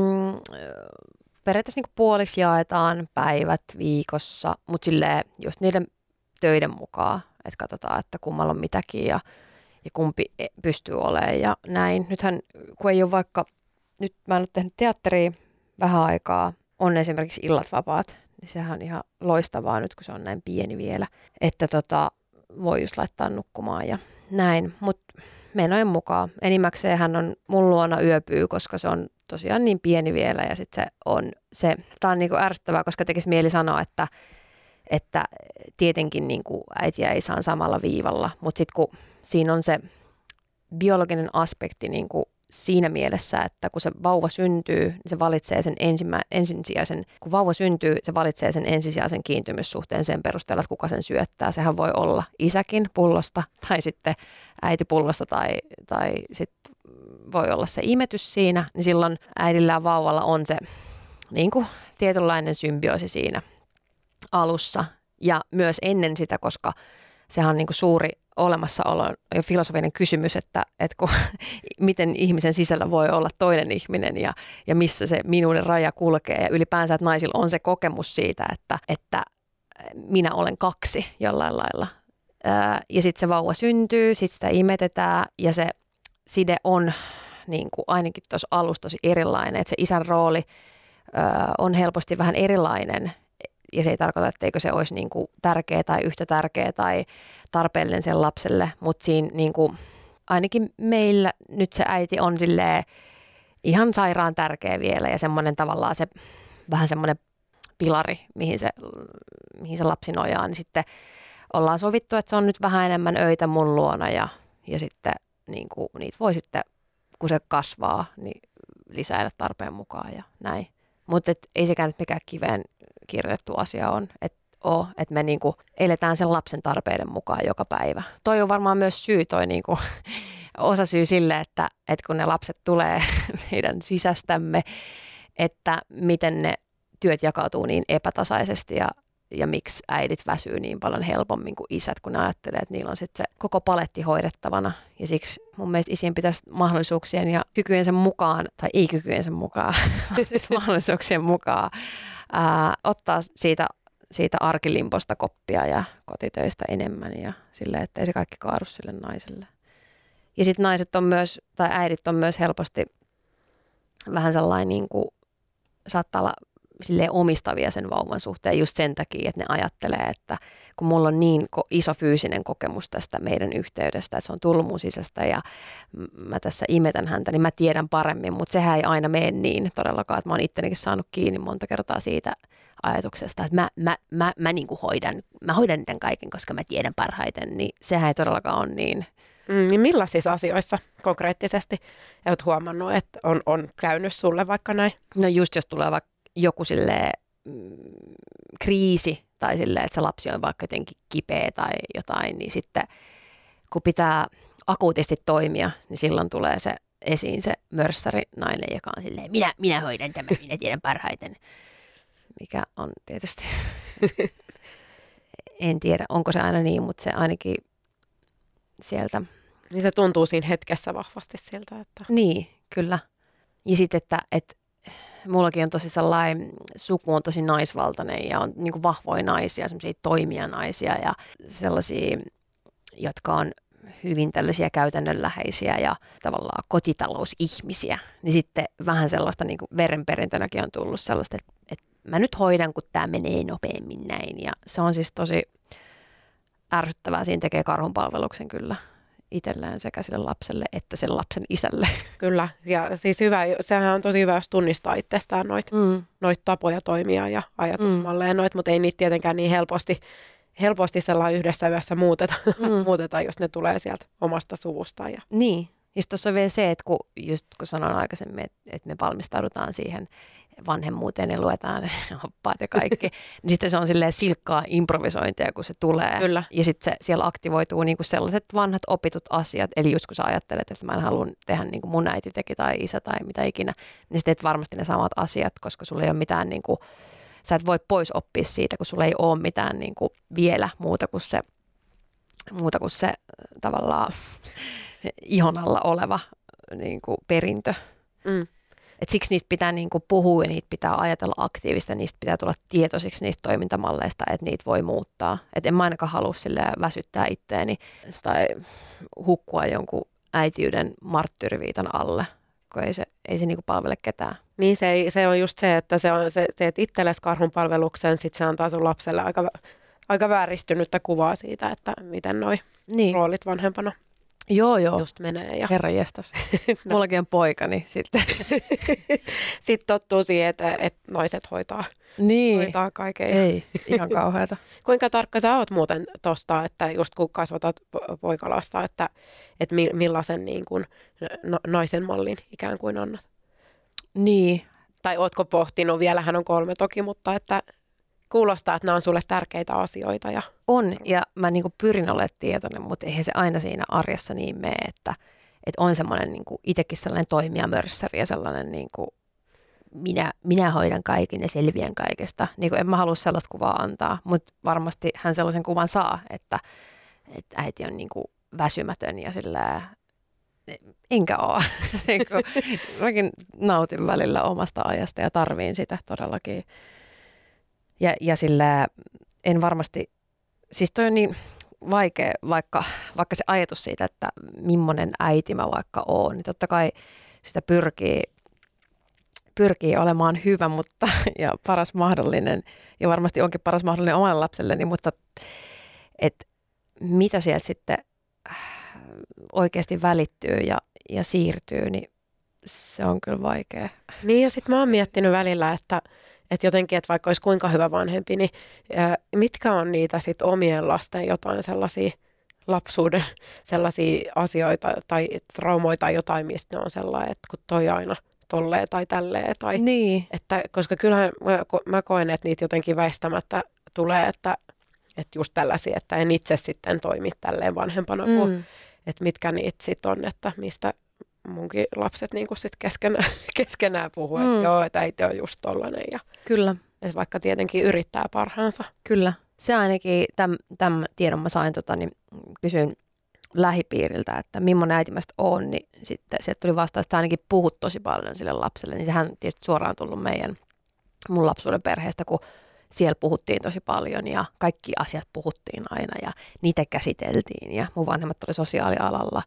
Speaker 2: periaatteessa niin kuin puoliksi jaetaan päivät viikossa, mutta silleen just niiden töiden mukaan, että katsotaan, että kummalla on mitäkin ja kumpi pystyy olemaan ja näin. Nythän, kun ei ole vaikka, nyt mä en ole tehnyt teatteria vähän aikaa, on esimerkiksi illat vapaat, niin sehän on ihan loistavaa nyt, kun se on näin pieni vielä, että voi just laittaa nukkumaan ja näin. Mutta menojen mukaan enimmäkseen hän on mun luona yöpyy, koska se on tosiaan niin pieni vielä ja sitten tää on niinku ärsyttävää, koska tekisi mieli sanoa, että tietenkin niin kuin äitiä ei saa samalla viivalla, mutta sitten kun siinä on se biologinen aspekti niin kuin siinä mielessä, että kun se vauva syntyy, niin se valitsee sen ensisijaisen, kun vauva syntyy, se valitsee sen ensisijaisen kiintymyssuhteen sen perusteella, että kuka sen syöttää. Sehän voi olla isäkin pullosta tai sitten äiti pullosta tai sitten voi olla se imetys siinä, niin silloin äidillä ja vauvalla on se niin kuin tietynlainen symbioosi siinä alussa ja myös ennen sitä, koska sehän on niin kuin suuri olemassaolo ja filosofinen kysymys, että miten ihmisen sisällä voi olla toinen ihminen ja missä se minuuden raja kulkee ja ylipäänsä, että naisilla on se kokemus siitä, että minä olen kaksi jollain lailla. Ja sitten se vauva syntyy, sitten sitä imetetään ja se side on niin kuin ainakin tuossa alussa tosi erilainen, että se isän rooli on helposti vähän erilainen. Ja se ei tarkoita, etteikö se olisi niin kuin tärkeä tai yhtä tärkeä tai tarpeellinen sen lapselle, mutta siinä niin kuin, ainakin meillä nyt se äiti on silleen ihan sairaan tärkeä vielä ja semmoinen tavallaan se vähän semmoinen pilari, mihin se lapsi nojaa, niin sitten ollaan sovittu, että se on nyt vähän enemmän öitä mun luona ja sitten niin kuin, niitä voi sitten, kun se kasvaa, niin lisäillä tarpeen mukaan ja näin. Mutta ei sekään nyt mikään kiveen kirjoitettu asia on, että me niinku eletään sen lapsen tarpeiden mukaan joka päivä. Toi on varmaan myös syy, niinku, osasyy sille, että kun ne lapset tulee meidän sisästämme, että miten ne työt jakautuu niin epätasaisesti ja miksi äidit väsyy niin paljon helpommin kuin isät, kun ne ajattelee, että niillä on sitten se koko paletti hoidettavana. Ja siksi mun mielestä isien pitäisi mahdollisuuksien ja kykyjensä mukaan, tai ei kykyjensä mukaan, siis mahdollisuuksien mukaan, ottaa siitä arkilimposta koppia ja kotitöistä enemmän ja silleen, että ei se kaikki kaadu sille naiselle. Ja sitten naiset on myös, tai äidit on myös helposti vähän sellainen, niin kuin, saattaa olla silleen omistavia sen vauvan suhteen just sen takia, että ne ajattelee, että kun mulla on niin iso fyysinen kokemus tästä meidän yhteydestä, että se on tullut mun sisästä ja mä tässä imetän häntä, niin mä tiedän paremmin, mutta sehän ei aina mene niin todellakaan, että mä oon ittenikin saanut kiinni monta kertaa siitä ajatuksesta, että mä niin kuin hoidan tämän kaiken, koska mä tiedän parhaiten, niin sehän ei todellakaan ole niin.
Speaker 3: Niin millaisissa asioissa konkreettisesti olet huomannut, että on käynyt sulle vaikka näin?
Speaker 2: No just jos tulee vaikka joku kriisi tai silleen, että se lapsi on vaikka jotenkin kipeä tai jotain, niin sitten kun pitää akuutisti toimia, niin silloin tulee esiin se mörssäri nainen, joka on silleen, minä hoidan tämän, minä tiedän parhaiten. Mikä on tietysti, en tiedä onko se aina niin, mutta se ainakin sieltä.
Speaker 3: Niin se tuntuu siinä hetkessä vahvasti siltä. Että.
Speaker 2: Niin, kyllä. Ja sitten, että mullakin on tosi sellainen, suku on tosi naisvaltainen ja on niin kuin vahvoja naisia, semmoisia toimijanaisia ja sellaisia, jotka on hyvin tällaisia käytännönläheisiä ja tavallaan kotitalousihmisiä. Niin sitten vähän sellaista niin kuin verenperintönäkin on tullut sellaista, että mä nyt hoidan, kun tämä menee nopeammin näin. Ja se on siis tosi ärsyttävää. Siinä tekee karhunpalveluksen kyllä itselleen sekä sille lapselle että sen lapsen isälle.
Speaker 3: Kyllä, ja siis sehän on tosi hyvä, jos tunnistaa itsestään noita tapoja toimia ja ajatusmalleja, mutta ei niitä tietenkään niin helposti sellainen yhdessä yössä muuteta, jos ne tulee sieltä omasta suvusta. Ja.
Speaker 2: Niin, ja tuossa on vielä se, että kun sanoin aikaisemmin, että me valmistaudutaan siihen vanhemmuuteen ja luetaan oppaat ja kaikki, niin sitten se on silleen silkkaa improvisointia, kun se tulee.
Speaker 3: Kyllä.
Speaker 2: Ja sitten siellä aktivoituu niinku sellaiset vanhat opitut asiat, eli just kun sä ajattelet, että mä en halua tehdä niin kuin mun äiti teki tai isä tai mitä ikinä, niin sitten teet varmasti ne samat asiat, koska sulla ei ole mitään, niinku, sä et voi pois oppia siitä, kun sulla ei ole mitään niinku vielä muuta kuin se tavallaan ihon alla oleva niinku perintö. Et siksi niistä pitää niinku puhua ja niitä pitää ajatella aktiivisesti, niistä pitää tulla tietoisiksi niistä toimintamalleista, että niitä voi muuttaa. Et en mä ainakaan halua väsyttää itteeni tai hukkua jonkun äitiyden marttyyriviitan alle, kun ei se niinku palvele ketään.
Speaker 3: Niin se on just se, että se teet itsellesi karhunpalveluksen, sitten se antaa sun lapselle aika vääristynyttä kuvaa siitä, että miten noi roolit vanhempana.
Speaker 2: Joo.
Speaker 3: Just menee. Ja.
Speaker 2: Herra jestas. Mullakin on poika, niin sitten.
Speaker 3: Sitten tottuu siihen, että naiset hoitaa kaiken.
Speaker 2: Ei, ihan kauheata.
Speaker 3: Kuinka tarkka sä oot muuten tosta, että just kun kasvatat poikalasta, että millaisen niin kuin naisen mallin ikään kuin annat?
Speaker 2: Niin.
Speaker 3: Tai ootko pohtinut, vielä hän on 3 toki, mutta että kuulostaa, että nämä on sulle tärkeitä asioita.
Speaker 2: On, ja mä niinku pyrin olemaan tietoinen, mutta eihän se aina siinä arjessa niin mene, että on semmoinen niinku itsekin sellainen toimijamörssäri ja sellainen niinku, minä hoidan kaiken ja selviän kaikesta. Niinku en mä halua sellaista kuvaa antaa, mutta varmasti hän sellaisen kuvan saa, että äiti on niinku väsymätön ja sillä enkä ole. Mäkin nautin välillä omasta ajasta ja tarviin sitä todellakin. Ja sillä en varmasti, siis toi on niin vaikea, vaikka se ajatus siitä, että millainen äiti mä vaikka oon, niin totta kai sitä pyrkii olemaan hyvä, mutta ja paras mahdollinen, ja varmasti onkin paras mahdollinen omalle lapselleni, mutta mitä sieltä sitten oikeasti välittyy ja siirtyy, niin se on kyllä vaikea.
Speaker 3: Niin ja sitten mä oon miettinyt välillä, että jotenkin, että vaikka olisi kuinka hyvä vanhempi, niin mitkä on niitä sitten omien lasten jotain sellaisia lapsuuden sellaisia asioita tai traumoita tai jotain, mistä ne on sellainen, että kun toi aina tolleen tai tälleen. Tai,
Speaker 2: niin.
Speaker 3: Että, koska kyllähän mä koen, että niitä jotenkin väistämättä tulee, että just tällaisia, että en itse sitten toimi tälleen vanhempana, että mitkä niitä sitten on, että mistä munkin lapset niin kuin sit keskenään puhuu, että joo, että äiti on just tollainen. Ja,
Speaker 2: kyllä.
Speaker 3: Että vaikka tietenkin yrittää parhaansa.
Speaker 2: Kyllä. Se ainakin, tämän tiedon mä sain, niin kysyin lähipiiriltä, että millainen äiti mä on, niin sitten sieltä tuli vastaan, että ainakin puhut tosi paljon sille lapselle. Niin sehän tietysti suoraan tullut mun lapsuuden perheestä, kun siellä puhuttiin tosi paljon ja kaikki asiat puhuttiin aina ja niitä käsiteltiin ja mun vanhemmat oli sosiaalialalla.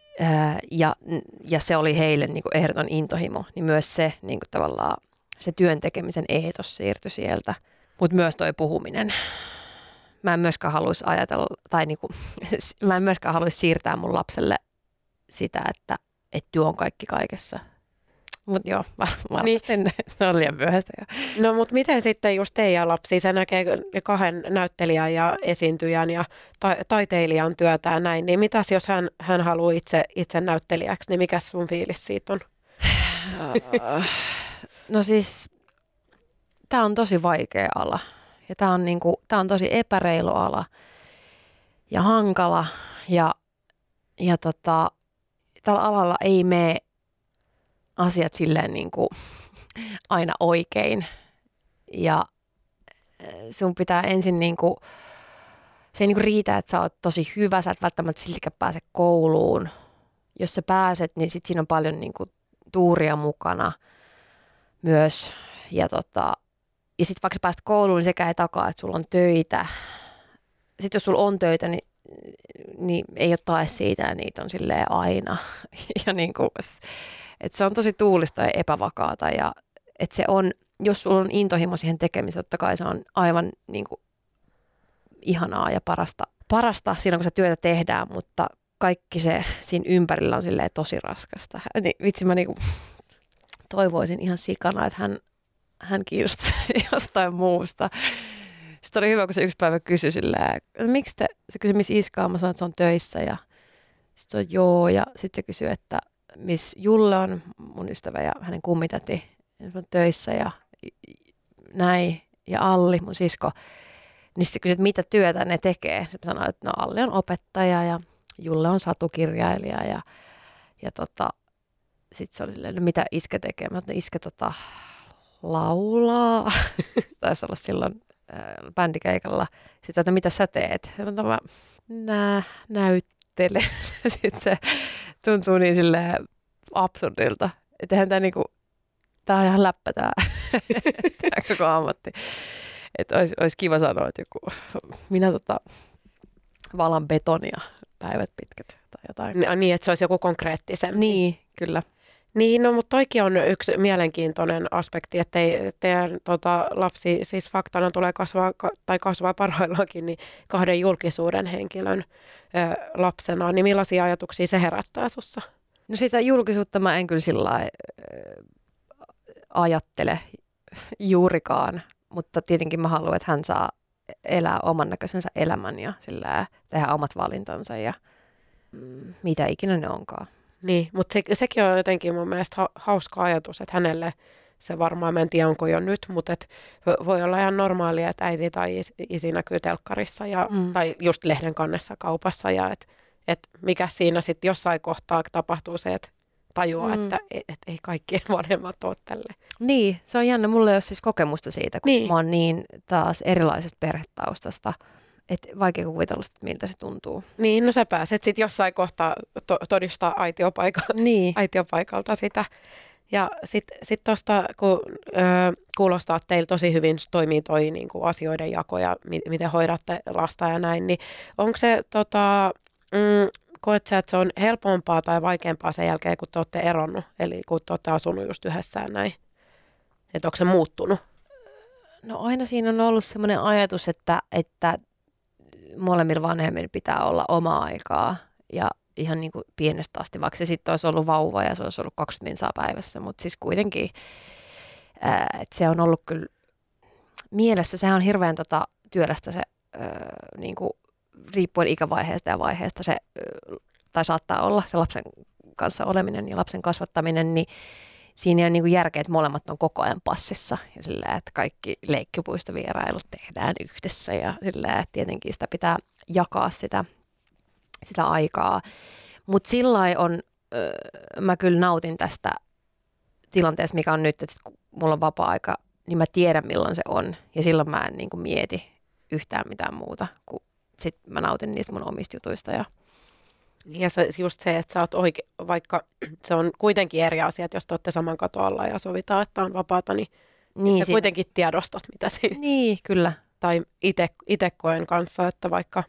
Speaker 2: Ja se oli heille niin kuin ehdoton intohimo, niin myös se niin kuin tavallaan se työn tekemisen eetos siirtyi sieltä, mutta myös toi puhuminen. Mä en myöskään haluaisi ajatella, tai niin kuin, mä en myöskään haluaisi siirtää mun lapselle sitä, että työ on kaikki kaikessa. Mutta joo, varmasti niin. Se on liian myöhäistä.
Speaker 3: No mutta miten sitten just teidän lapsi, se näkee kahden näyttelijän ja esiintyjän ja taiteilijan työtä ja näin, niin mitäs jos hän haluaa itse näyttelijäksi, niin mikä sun fiilis siitä on?
Speaker 2: No siis, tämä on tosi vaikea ala ja tämä on tosi epäreilu ala ja hankala ja tällä alalla ei mene asiat silleen niin kuin aina oikein ja sun pitää ensin niin kuin, se ei niin kuin riitä, että sä oot tosi hyvä, sä et välttämättä siltikään pääse kouluun. Jos sä pääset, niin sit siinä on paljon niin kuin tuuria mukana myös ja sitten vaikka sä pääset kouluun, niin sekään ei takaa, että sulla on töitä. Sitten jos sulla on töitä, niin ei ole tae siitä ja niitä on silleen aina. Ja niin kuin, että se on tosi tuulista ja epävakaata ja että se on, jos sulla on intohimo siihen tekemiseen, totta kai se on aivan niin kuin ihanaa ja parasta silloin, kun se työtä tehdään, mutta kaikki se siinä ympärillä on silleen tosi raskasta. Niin vitsi, mä niinku toivoisin ihan sikana, että hän kiinnostaa jostain muusta. Sitten oli hyvä, kun se yksi päivä kysyi silleen, miksi se kysyi, missä Iska on, mä sanoin, että se on töissä ja sitten se on joo ja sitten se kysyi, että missä Julle on, mun ystävä ja hänen kummitäti, ja se on töissä ja näin ja Alli, mun sisko. Niin se kysyi, että mitä työtä ne tekee. Sitten sanoin, että no Alli on opettaja ja Julle on satukirjailija ja sitten se oli silleen, no mitä Iske tekee? Mä sanoin, Iske laulaa. Taisi olla silloin bändikeikalla. Sitten sanoin, mitä sä teet? Mä näyttelen. Sitten se tuntuu niin silleen absurdilta. Että eihän tää on ihan läppä tää koko ammatti. Että olisi kiva sanoa, että minä valan betonia päivät pitkät tai jotain.
Speaker 3: Niin, että se olisi joku konkreettisempi.
Speaker 2: Niin, kyllä.
Speaker 3: Niin, no mutta toikin on yksi mielenkiintoinen aspekti, että teidän lapsi siis faktana tulee kasvaa parhaillaankin niin 2 julkisuuden henkilön lapsena. Niin millaisia ajatuksia se herättää sussa?
Speaker 2: No sitä julkisuutta mä en kyllä sillä ajattele juurikaan, mutta tietenkin mä haluan, että hän saa elää oman näköisensä elämän ja sillä tehdä omat valintansa ja mitä ikinä ne onkaan.
Speaker 3: Niin, mutta sekin on jotenkin mun mielestä hauska ajatus, että hänelle se varmaan, mä en tiedä onko jo nyt, mutta et voi olla ihan normaalia, että äiti tai isi näkyy telkkarissa tai just lehden kannessa kaupassa ja että mikä siinä sitten jossain kohtaa tapahtuu se, että tajuaa, että ei kaikki vanhemmat ole tälle.
Speaker 2: Niin, se on jännä. Mulla ei ole siis kokemusta siitä, kun mä oon niin taas erilaisesta perhetaustasta. Että vaikea kuvitella, miltä se tuntuu.
Speaker 3: Niin, no sä pääset sitten jossain kohtaa todistaa aitiopaikalta sitä. Ja sitten tuosta, kun kuulostaa, että teillä tosi hyvin toimii toi niinku asioiden jako ja miten hoidatte lasta ja näin, niin onko se, koet sä, että se on helpompaa tai vaikeampaa sen jälkeen, kun te olette eronnut, eli kun te olette asunut just yhdessä ja näin? Että onko se muuttunut?
Speaker 2: No aina siinä on ollut semmoinen ajatus, että molemmilla vanhemmilla pitää olla omaa aikaa ja ihan niin kuin pienestä asti, vaikka se sitten olisi ollut vauva ja se olisi ollut 20 minsaa päivässä, mutta siis kuitenkin, että se on ollut kyllä mielessä, sehän on hirveän työlästä se niin kuin riippuen ikävaiheesta ja vaiheesta se, tai saattaa olla se lapsen kanssa oleminen ja lapsen kasvattaminen, niin siinä on niin kuin järkeä, että molemmat on koko ajan passissa ja sillä, että kaikki leikkipuistovierailut tehdään yhdessä ja sillä, että tietenkin sitä pitää jakaa sitä aikaa. Mutta sillä on, mä kyllä nautin tästä tilanteesta, mikä on nyt, että kun mulla on vapaa-aika, niin mä tiedän milloin se on ja silloin mä en niin kuin mieti yhtään mitään muuta, kun sit mä nautin niistä mun omista jutuista. Ja
Speaker 3: just se, että sä oot vaikka se on kuitenkin eri asia, että jos te olette saman katon alla ja sovitaan, että on vapaata, niin sä kuitenkin tiedostat, mitä siinä.
Speaker 2: Niin, kyllä.
Speaker 3: Tai itse koen kanssa, että vaikka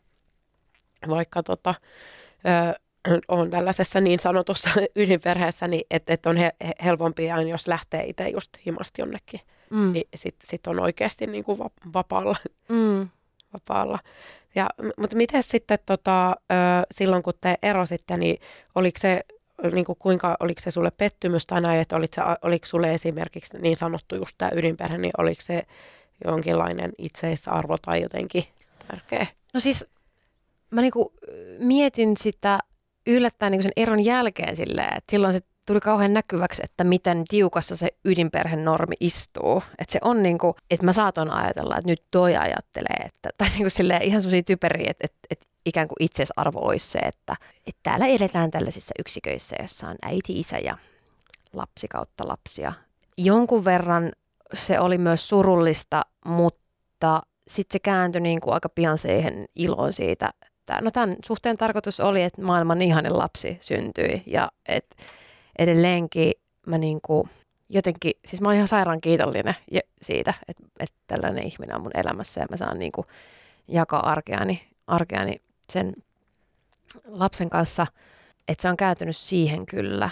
Speaker 3: on tällaisessa niin sanotussa ydinperheessä, niin että on helpompi aina, jos lähtee itse just himasti jonnekin, niin sit on oikeasti niin kuin vapaalla. Vapaalla. Mutta miten sitten silloin, kun te erositte, niin oliko se niin kuin kuinka, oliko se sulle pettymys tai näin, että oliko sulle esimerkiksi niin sanottu just tämä ydinperhe, niin oliko se jonkinlainen itseisarvo tai jotenkin tärkeä?
Speaker 2: No siis mä niinku mietin sitä yllättäen niinku sen eron jälkeen silleen, että silloin se tuli kauhean näkyväksi, että miten tiukassa se ydinperhenormi istuu. Että se on niinku, että mä saatoin ajatella, että nyt toi ajattelee, että, tai niinku silleen ihan semmoisia typeriä, että ikään kuin itseisarvo olisi se, että täällä eletään tällaisissa yksiköissä, jossa on äiti, isä ja lapsi kautta lapsia. Jonkun verran se oli myös surullista, mutta sitten se kääntyi niin kuin aika pian siihen iloon siitä. No tämän suhteen tarkoitus oli, että maailman ihanen lapsi syntyi ja että edelleenkin mä niin kuin jotenkin, siis mä oon ihan sairaan kiitollinen siitä, että tällainen ihminen on mun elämässä ja mä saan niin kuin jakaa arkeani sen lapsen kanssa, että se on kääntynyt siihen kyllä,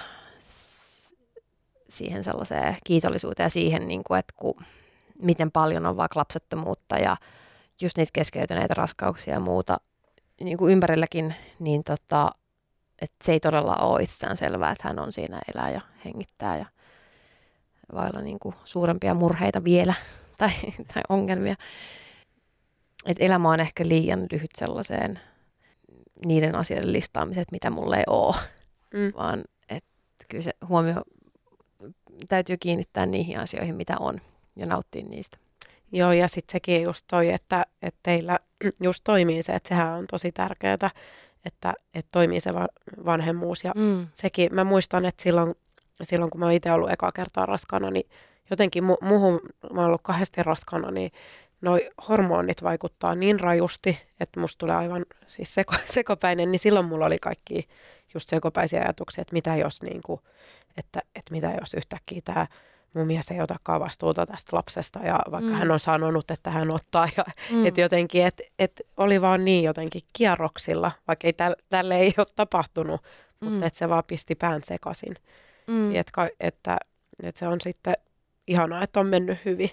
Speaker 2: siihen sellaiseen kiitollisuuteen ja siihen, niin kuin, että miten paljon on vaikka lapsettomuutta ja just niitä keskeytyneitä raskauksia ja muuta niin kuin ympärilläkin, niin että se ei todella ole itsestään selvää, että hän on siinä, elää ja hengittää ja vailla niin kuin suurempia murheita vielä tai ongelmia. Että elämä on ehkä liian lyhyt sellaiseen niiden asioiden listaamiseen, mitä mulla ei ole, vaan että kyllä se huomio täytyy kiinnittää niihin asioihin, mitä on ja nauttia niistä.
Speaker 3: Joo, ja sitten sekin just toi, että teillä just toimii se, että sehän on tosi tärkeää, että toimii se vanhemmuus. Ja sekin, mä muistan, että silloin kun mä oon itse ollut ekaa kertaa raskaana, niin jotenkin mä oon ollut 2 raskaana, niin noi hormonit vaikuttaa niin rajusti, että musta tulee aivan siis sekopäinen, niin silloin mulla oli kaikki just sekopäisiä ajatuksia, että mitä jos, että mitä jos yhtäkkiä tämä mun mies ei otakaan vastuuta tästä lapsesta ja vaikka hän on sanonut, että hän ottaa. Ja, että jotenkin, että oli vaan niin jotenkin kierroksilla, vaikka ei tälle ei ole tapahtunut, mutta että se vaan pisti pään sekaisin. Että se on sitten ihanaa, että on mennyt hyvin.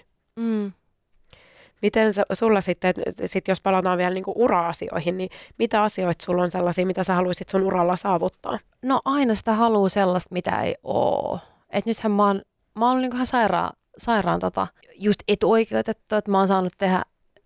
Speaker 3: Miten sulla sitten, jos palataan vielä niinku ura-asioihin, niin mitä asioita sulla on sellaisia, mitä sä haluaisit sun uralla saavuttaa?
Speaker 2: No aina sitä haluaa sellaista, mitä ei ole. Et nythän mä oon ollut niinku ihan sairaan just etuoikeutettu, että mä oon saanut tehdä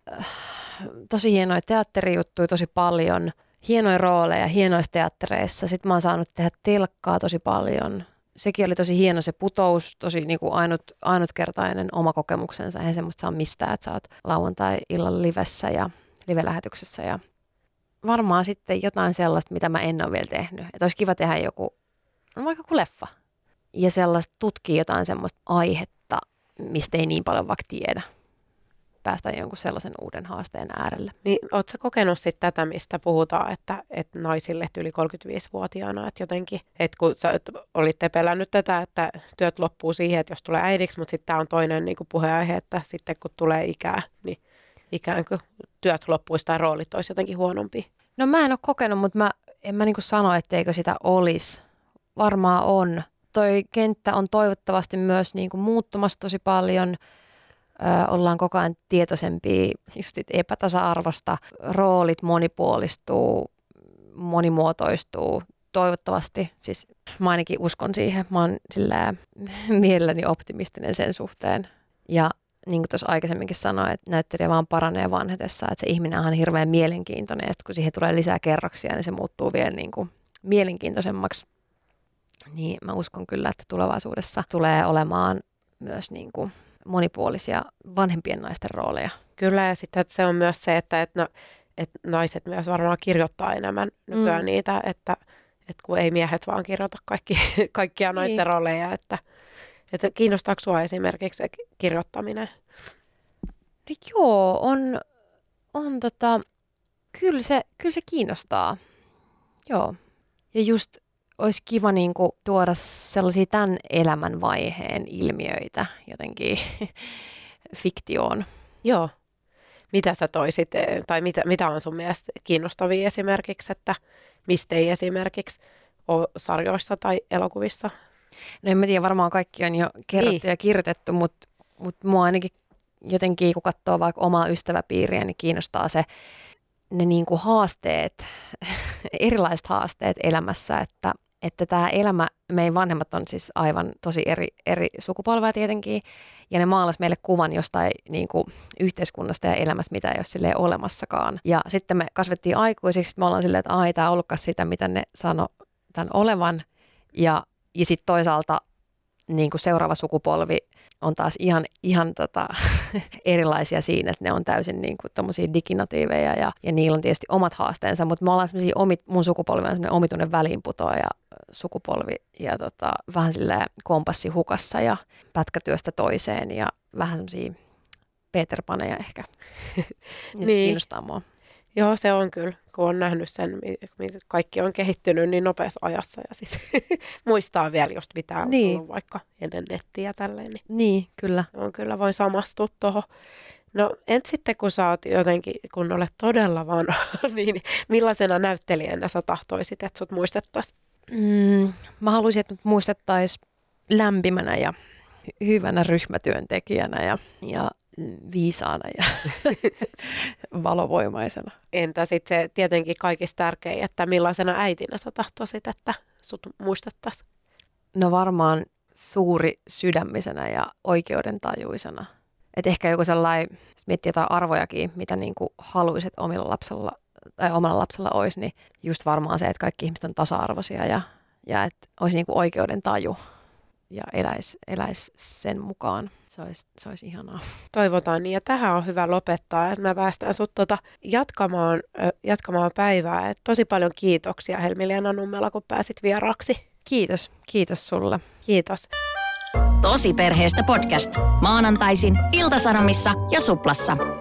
Speaker 2: tosi hienoja teatterijuttuja tosi paljon, hienoja rooleja hienoissa teattereissa. Sitten mä oon saanut tehdä telkkaa tosi paljon. Sekin oli tosi hieno se putous, tosi niinku ainutkertainen oma kokemuksensa. Eihän semmoista saa mistään, että sä oot lauantai-illalla livessä ja live-lähetyksessä. Ja varmaan sitten jotain sellaista, mitä mä en ole vielä tehnyt. Että olisi kiva tehdä joku, vaikka joku leffa. Ja sellaista tutkia jotain semmoista aihetta, mistä ei niin paljon vaikka tiedä. Päästään jonkun sellaisen uuden haasteen äärelle.
Speaker 3: Niin, ootko sä kokenut sitten tätä, mistä puhutaan, että naisille yli 35-vuotiaana, että jotenkin, että kun sä olitte pelännyt tätä, että työt loppuu siihen, että jos tulee äidiksi, mutta sitten tämä on toinen niin kuin puheenaihe, että sitten kun tulee ikää, niin ikään kuin työt loppuisi tai roolit olisi jotenkin huonompi.
Speaker 2: No mä en ole kokenut, mutta en mä niin kuin sano, etteikö sitä olisi. Varmaan on. Toi kenttä on toivottavasti myös niin kuin muuttumassa tosi paljon. Ollaan koko ajan tietoisempia just epätasa-arvosta. Roolit monipuolistuu, monimuotoistuu. Toivottavasti, siis mä ainakin uskon siihen. Mä oon sillä mielelläni optimistinen sen suhteen. Ja niin kuin tuossa aikaisemminkin sanoin, että näyttelijä vaan paranee vanhetessa. Että se ihminen on hirveän mielenkiintoinen ja sitten kun siihen tulee lisää kerroksia, niin se muuttuu vielä niin kuin mielenkiintoisemmaksi. Niin mä uskon kyllä, että tulevaisuudessa tulee olemaan myös niin kuin monipuolisia vanhempien naisten rooleja.
Speaker 3: Kyllä, ja sitten se on myös se, että naiset myös varmaan kirjoittaa enemmän nykyään niitä, että kun ei miehet vaan kirjoita kaikkia naisten rooleja, että kiinnostaako sinua esimerkiksi se kirjoittaminen?
Speaker 2: No joo, kyllä se kiinnostaa, joo. Ja just olisi kiva niinku tuoda sellaisia tämän elämän vaiheen ilmiöitä jotenkin fiktioon.
Speaker 3: Joo. Mitä sä toisit, tai mitä on sun mielestä kiinnostavia esimerkiksi, että mistä ei esimerkiksi ole sarjoissa tai elokuvissa?
Speaker 2: No en mä tiedä, varmaan kaikki on jo kerrottu ja kirjoitettu, mutta mua ainakin jotenkin, kun katsoo vaikka omaa ystäväpiiriä, niin kiinnostaa ne niinku haasteet, erilaiset haasteet elämässä, että että tämä elämä, meidän vanhemmat on siis aivan tosi eri sukupolvea tietenkin, ja ne maalasi meille kuvan jostain niin kuin yhteiskunnasta ja elämästä, mitä ei ole silleen olemassakaan. Ja sitten me kasvettiin aikuisiksi, me ollaan silleen, että ei tämä ollutkaan sitä, mitä ne sanoi tämän olevan, ja sitten toisaalta niin kuin seuraava sukupolvi on taas ihan erilaisia siinä, että ne on täysin niin kuin tommosia diginatiiveja ja niillä on tietysti omat haasteensa, mutta me ollaan semmosia mun sukupolvi on semmoinen omituinen väliinputoaja sukupolvi ja vähän silleen kompassi hukassa ja pätkätyöstä toiseen ja vähän semmosia Peter Paneja ehkä.
Speaker 3: Niin.
Speaker 2: Kiinnostaa mua.
Speaker 3: Joo, se on kyllä, kun on nähnyt sen, miten kaikki on kehittynyt niin nopeassa ajassa ja sitten muistaa vielä just mitä on ollut vaikka ennen nettiä ja tälleen.
Speaker 2: Niin, kyllä.
Speaker 3: Se on kyllä, voi samastua tuohon. No entä sitten kun sä oot jotenkin, kun olet todella vanha, niin millaisena näyttelijänä sä tahtoisit, että sut muistettaisiin?
Speaker 2: Mä haluaisin, että mut muistettaisiin lämpimänä ja hyvänä ryhmätyöntekijänä ja viisaana ja valovoimaisena.
Speaker 3: Entä sitten se tietenkin kaikista tärkein, että millaisena äitinä sä tahtoisit, että sut muistettaisiin?
Speaker 2: No varmaan suuri sydämisenä ja oikeudentajuisena. Et ehkä joku sellainen, jos miettii jotain arvojakin, mitä niinku haluaisit omalla lapsella olisi, niin just varmaan se, että kaikki ihmiset on tasa-arvoisia ja että olisi niinku oikeudentaju ja eläisi sen mukaan. Se olisi ihanaa.
Speaker 3: Toivotaan niin, ja tähän on hyvä lopettaa, että mä päästään sut jatkamaan päivää. Et tosi paljon kiitoksia Helmi-Leena Nummela, kun pääsit vieraaksi.
Speaker 2: Kiitos sulle.
Speaker 3: Kiitos.
Speaker 1: Tosi perheestä podcast. Maanantaisin Ilta-Sanomissa ja Suplassa.